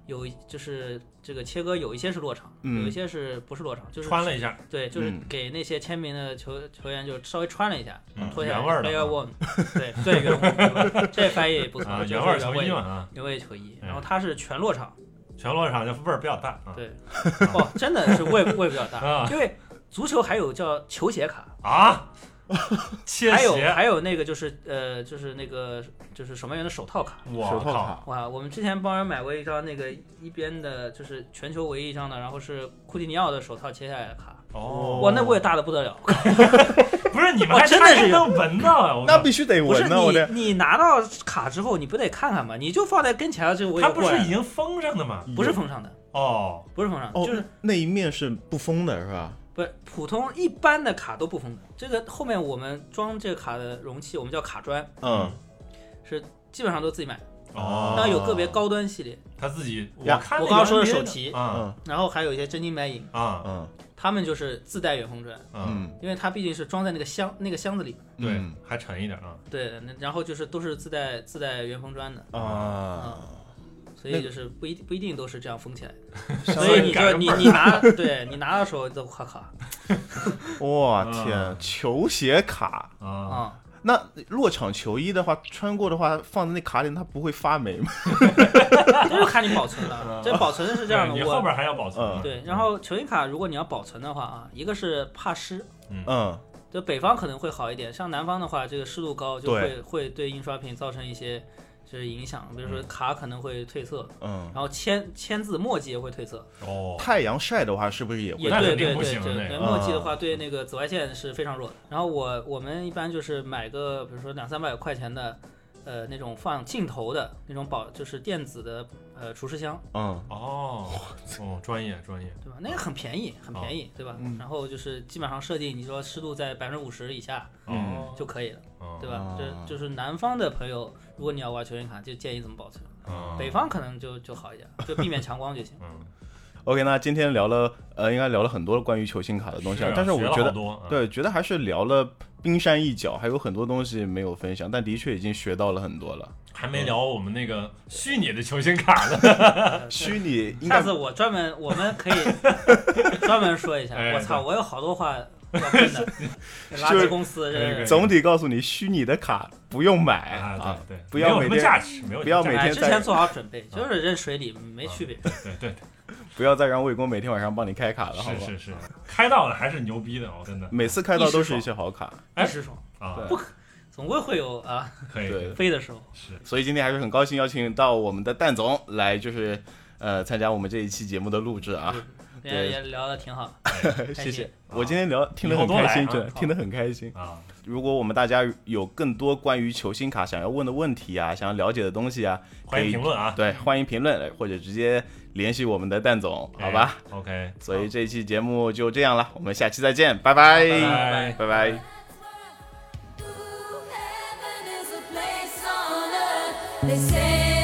就是这个切割有一些是落场，有一些是不是落场，就是穿了一下， 对，就是给那些签名的球员就稍微穿了一下，脱下来原味的 player one， 对原味，这翻译也不错， 原味球衣嘛，原味球衣，然后它是全落场， 全落场就味儿比较大， 对，真的是味比较大，因为足球还有叫球鞋卡啊。 还有那个就是那个就是守门员的手套卡， 手套卡哇！我们之前帮人买过一张那个一边的，就是全球唯一一张的，然后是库蒂尼奥的手套切下来的卡。哇，那味大的不得了！ 不是你们还真的是能闻到啊？ 那必须得闻啊！ 不是你拿到卡之后，你不得看看吗？你就放在跟前这个， 它不是已经封上的吗？ 不是封上的不是封上的，就是那一面是不封的，是吧？ 不是，普通一般的卡都不封的。这个后面我们装这个卡的容器，我们叫卡砖，是基本上都自己买。当然有个别高端系列， 他自己我刚刚说的手提，然后还有一些真金白银他们就是自带原封砖，因为它毕竟是装在那个箱子里， 对，还沉一点对，然后就是都是自带原封砖的所以就是不一定都是这样封起来的，所以你拿到手都卡。 哇天，球鞋卡那落场球衣的话，穿过的话放在那卡里，它不会发霉吗？ 这就看你保存了。这保存是这样的， 你后边还要保存。 对，然后球衣卡如果你要保存的话一个是怕湿，就北方可能会好一点，像南方的话，这个湿度高就会对印刷品造成一些就是影响，比如说卡可能会褪色，然后签字墨迹也会褪色。 太阳晒的话是不是也会？ 对，墨迹的话对那个紫外线是非常弱的。然后我们一般就是买个比如说200-300块钱的，那种放镜头的那种就是电子的除湿箱。 专业， 对吧？那个很便宜，对吧？然后就是基本上设定你说湿度在50%以下，就可以了，对吧？这就是南方的朋友，如果你要玩球员卡，就建议怎么保存。北方可能就好一点，就避免强光就行。 OK， 那今天聊了应该聊了很多关于球星卡的东西，但是我觉得觉得还是聊了冰山一角，还有很多东西没有分享，但的确已经学到了很多了。 还没聊我们那个虚拟的球星卡呢。 虚拟， 下次我们可以专门说一下。我操，我有好多话要分的。垃圾公司总体告诉你，虚拟的卡不用买对， 不要每天价值， 不要每天之前做好准备，就是扔水里没区别。 对。 不要再让魏公每天晚上帮你开卡了，好吧？ 是，开到的还是牛逼的，真的。 每次开到都是一些好卡， 一时爽不可，总归会有可以飞的时候。 是， 所以今天还是很高兴邀请到我们的蛋总来，就是参加我们这一期节目的录制啊。 也聊得挺好， 谢谢。我今天听得很开心，真的听得很开心啊。如果我们大家有更多关于球星卡想要问的问题啊，想要了解的东西啊， 欢迎评论啊。 对，欢迎评论或者直接联系我们的蛋总，好吧 ？OK。 所以这一期节目就这样了，我们下期再见，拜拜，拜拜。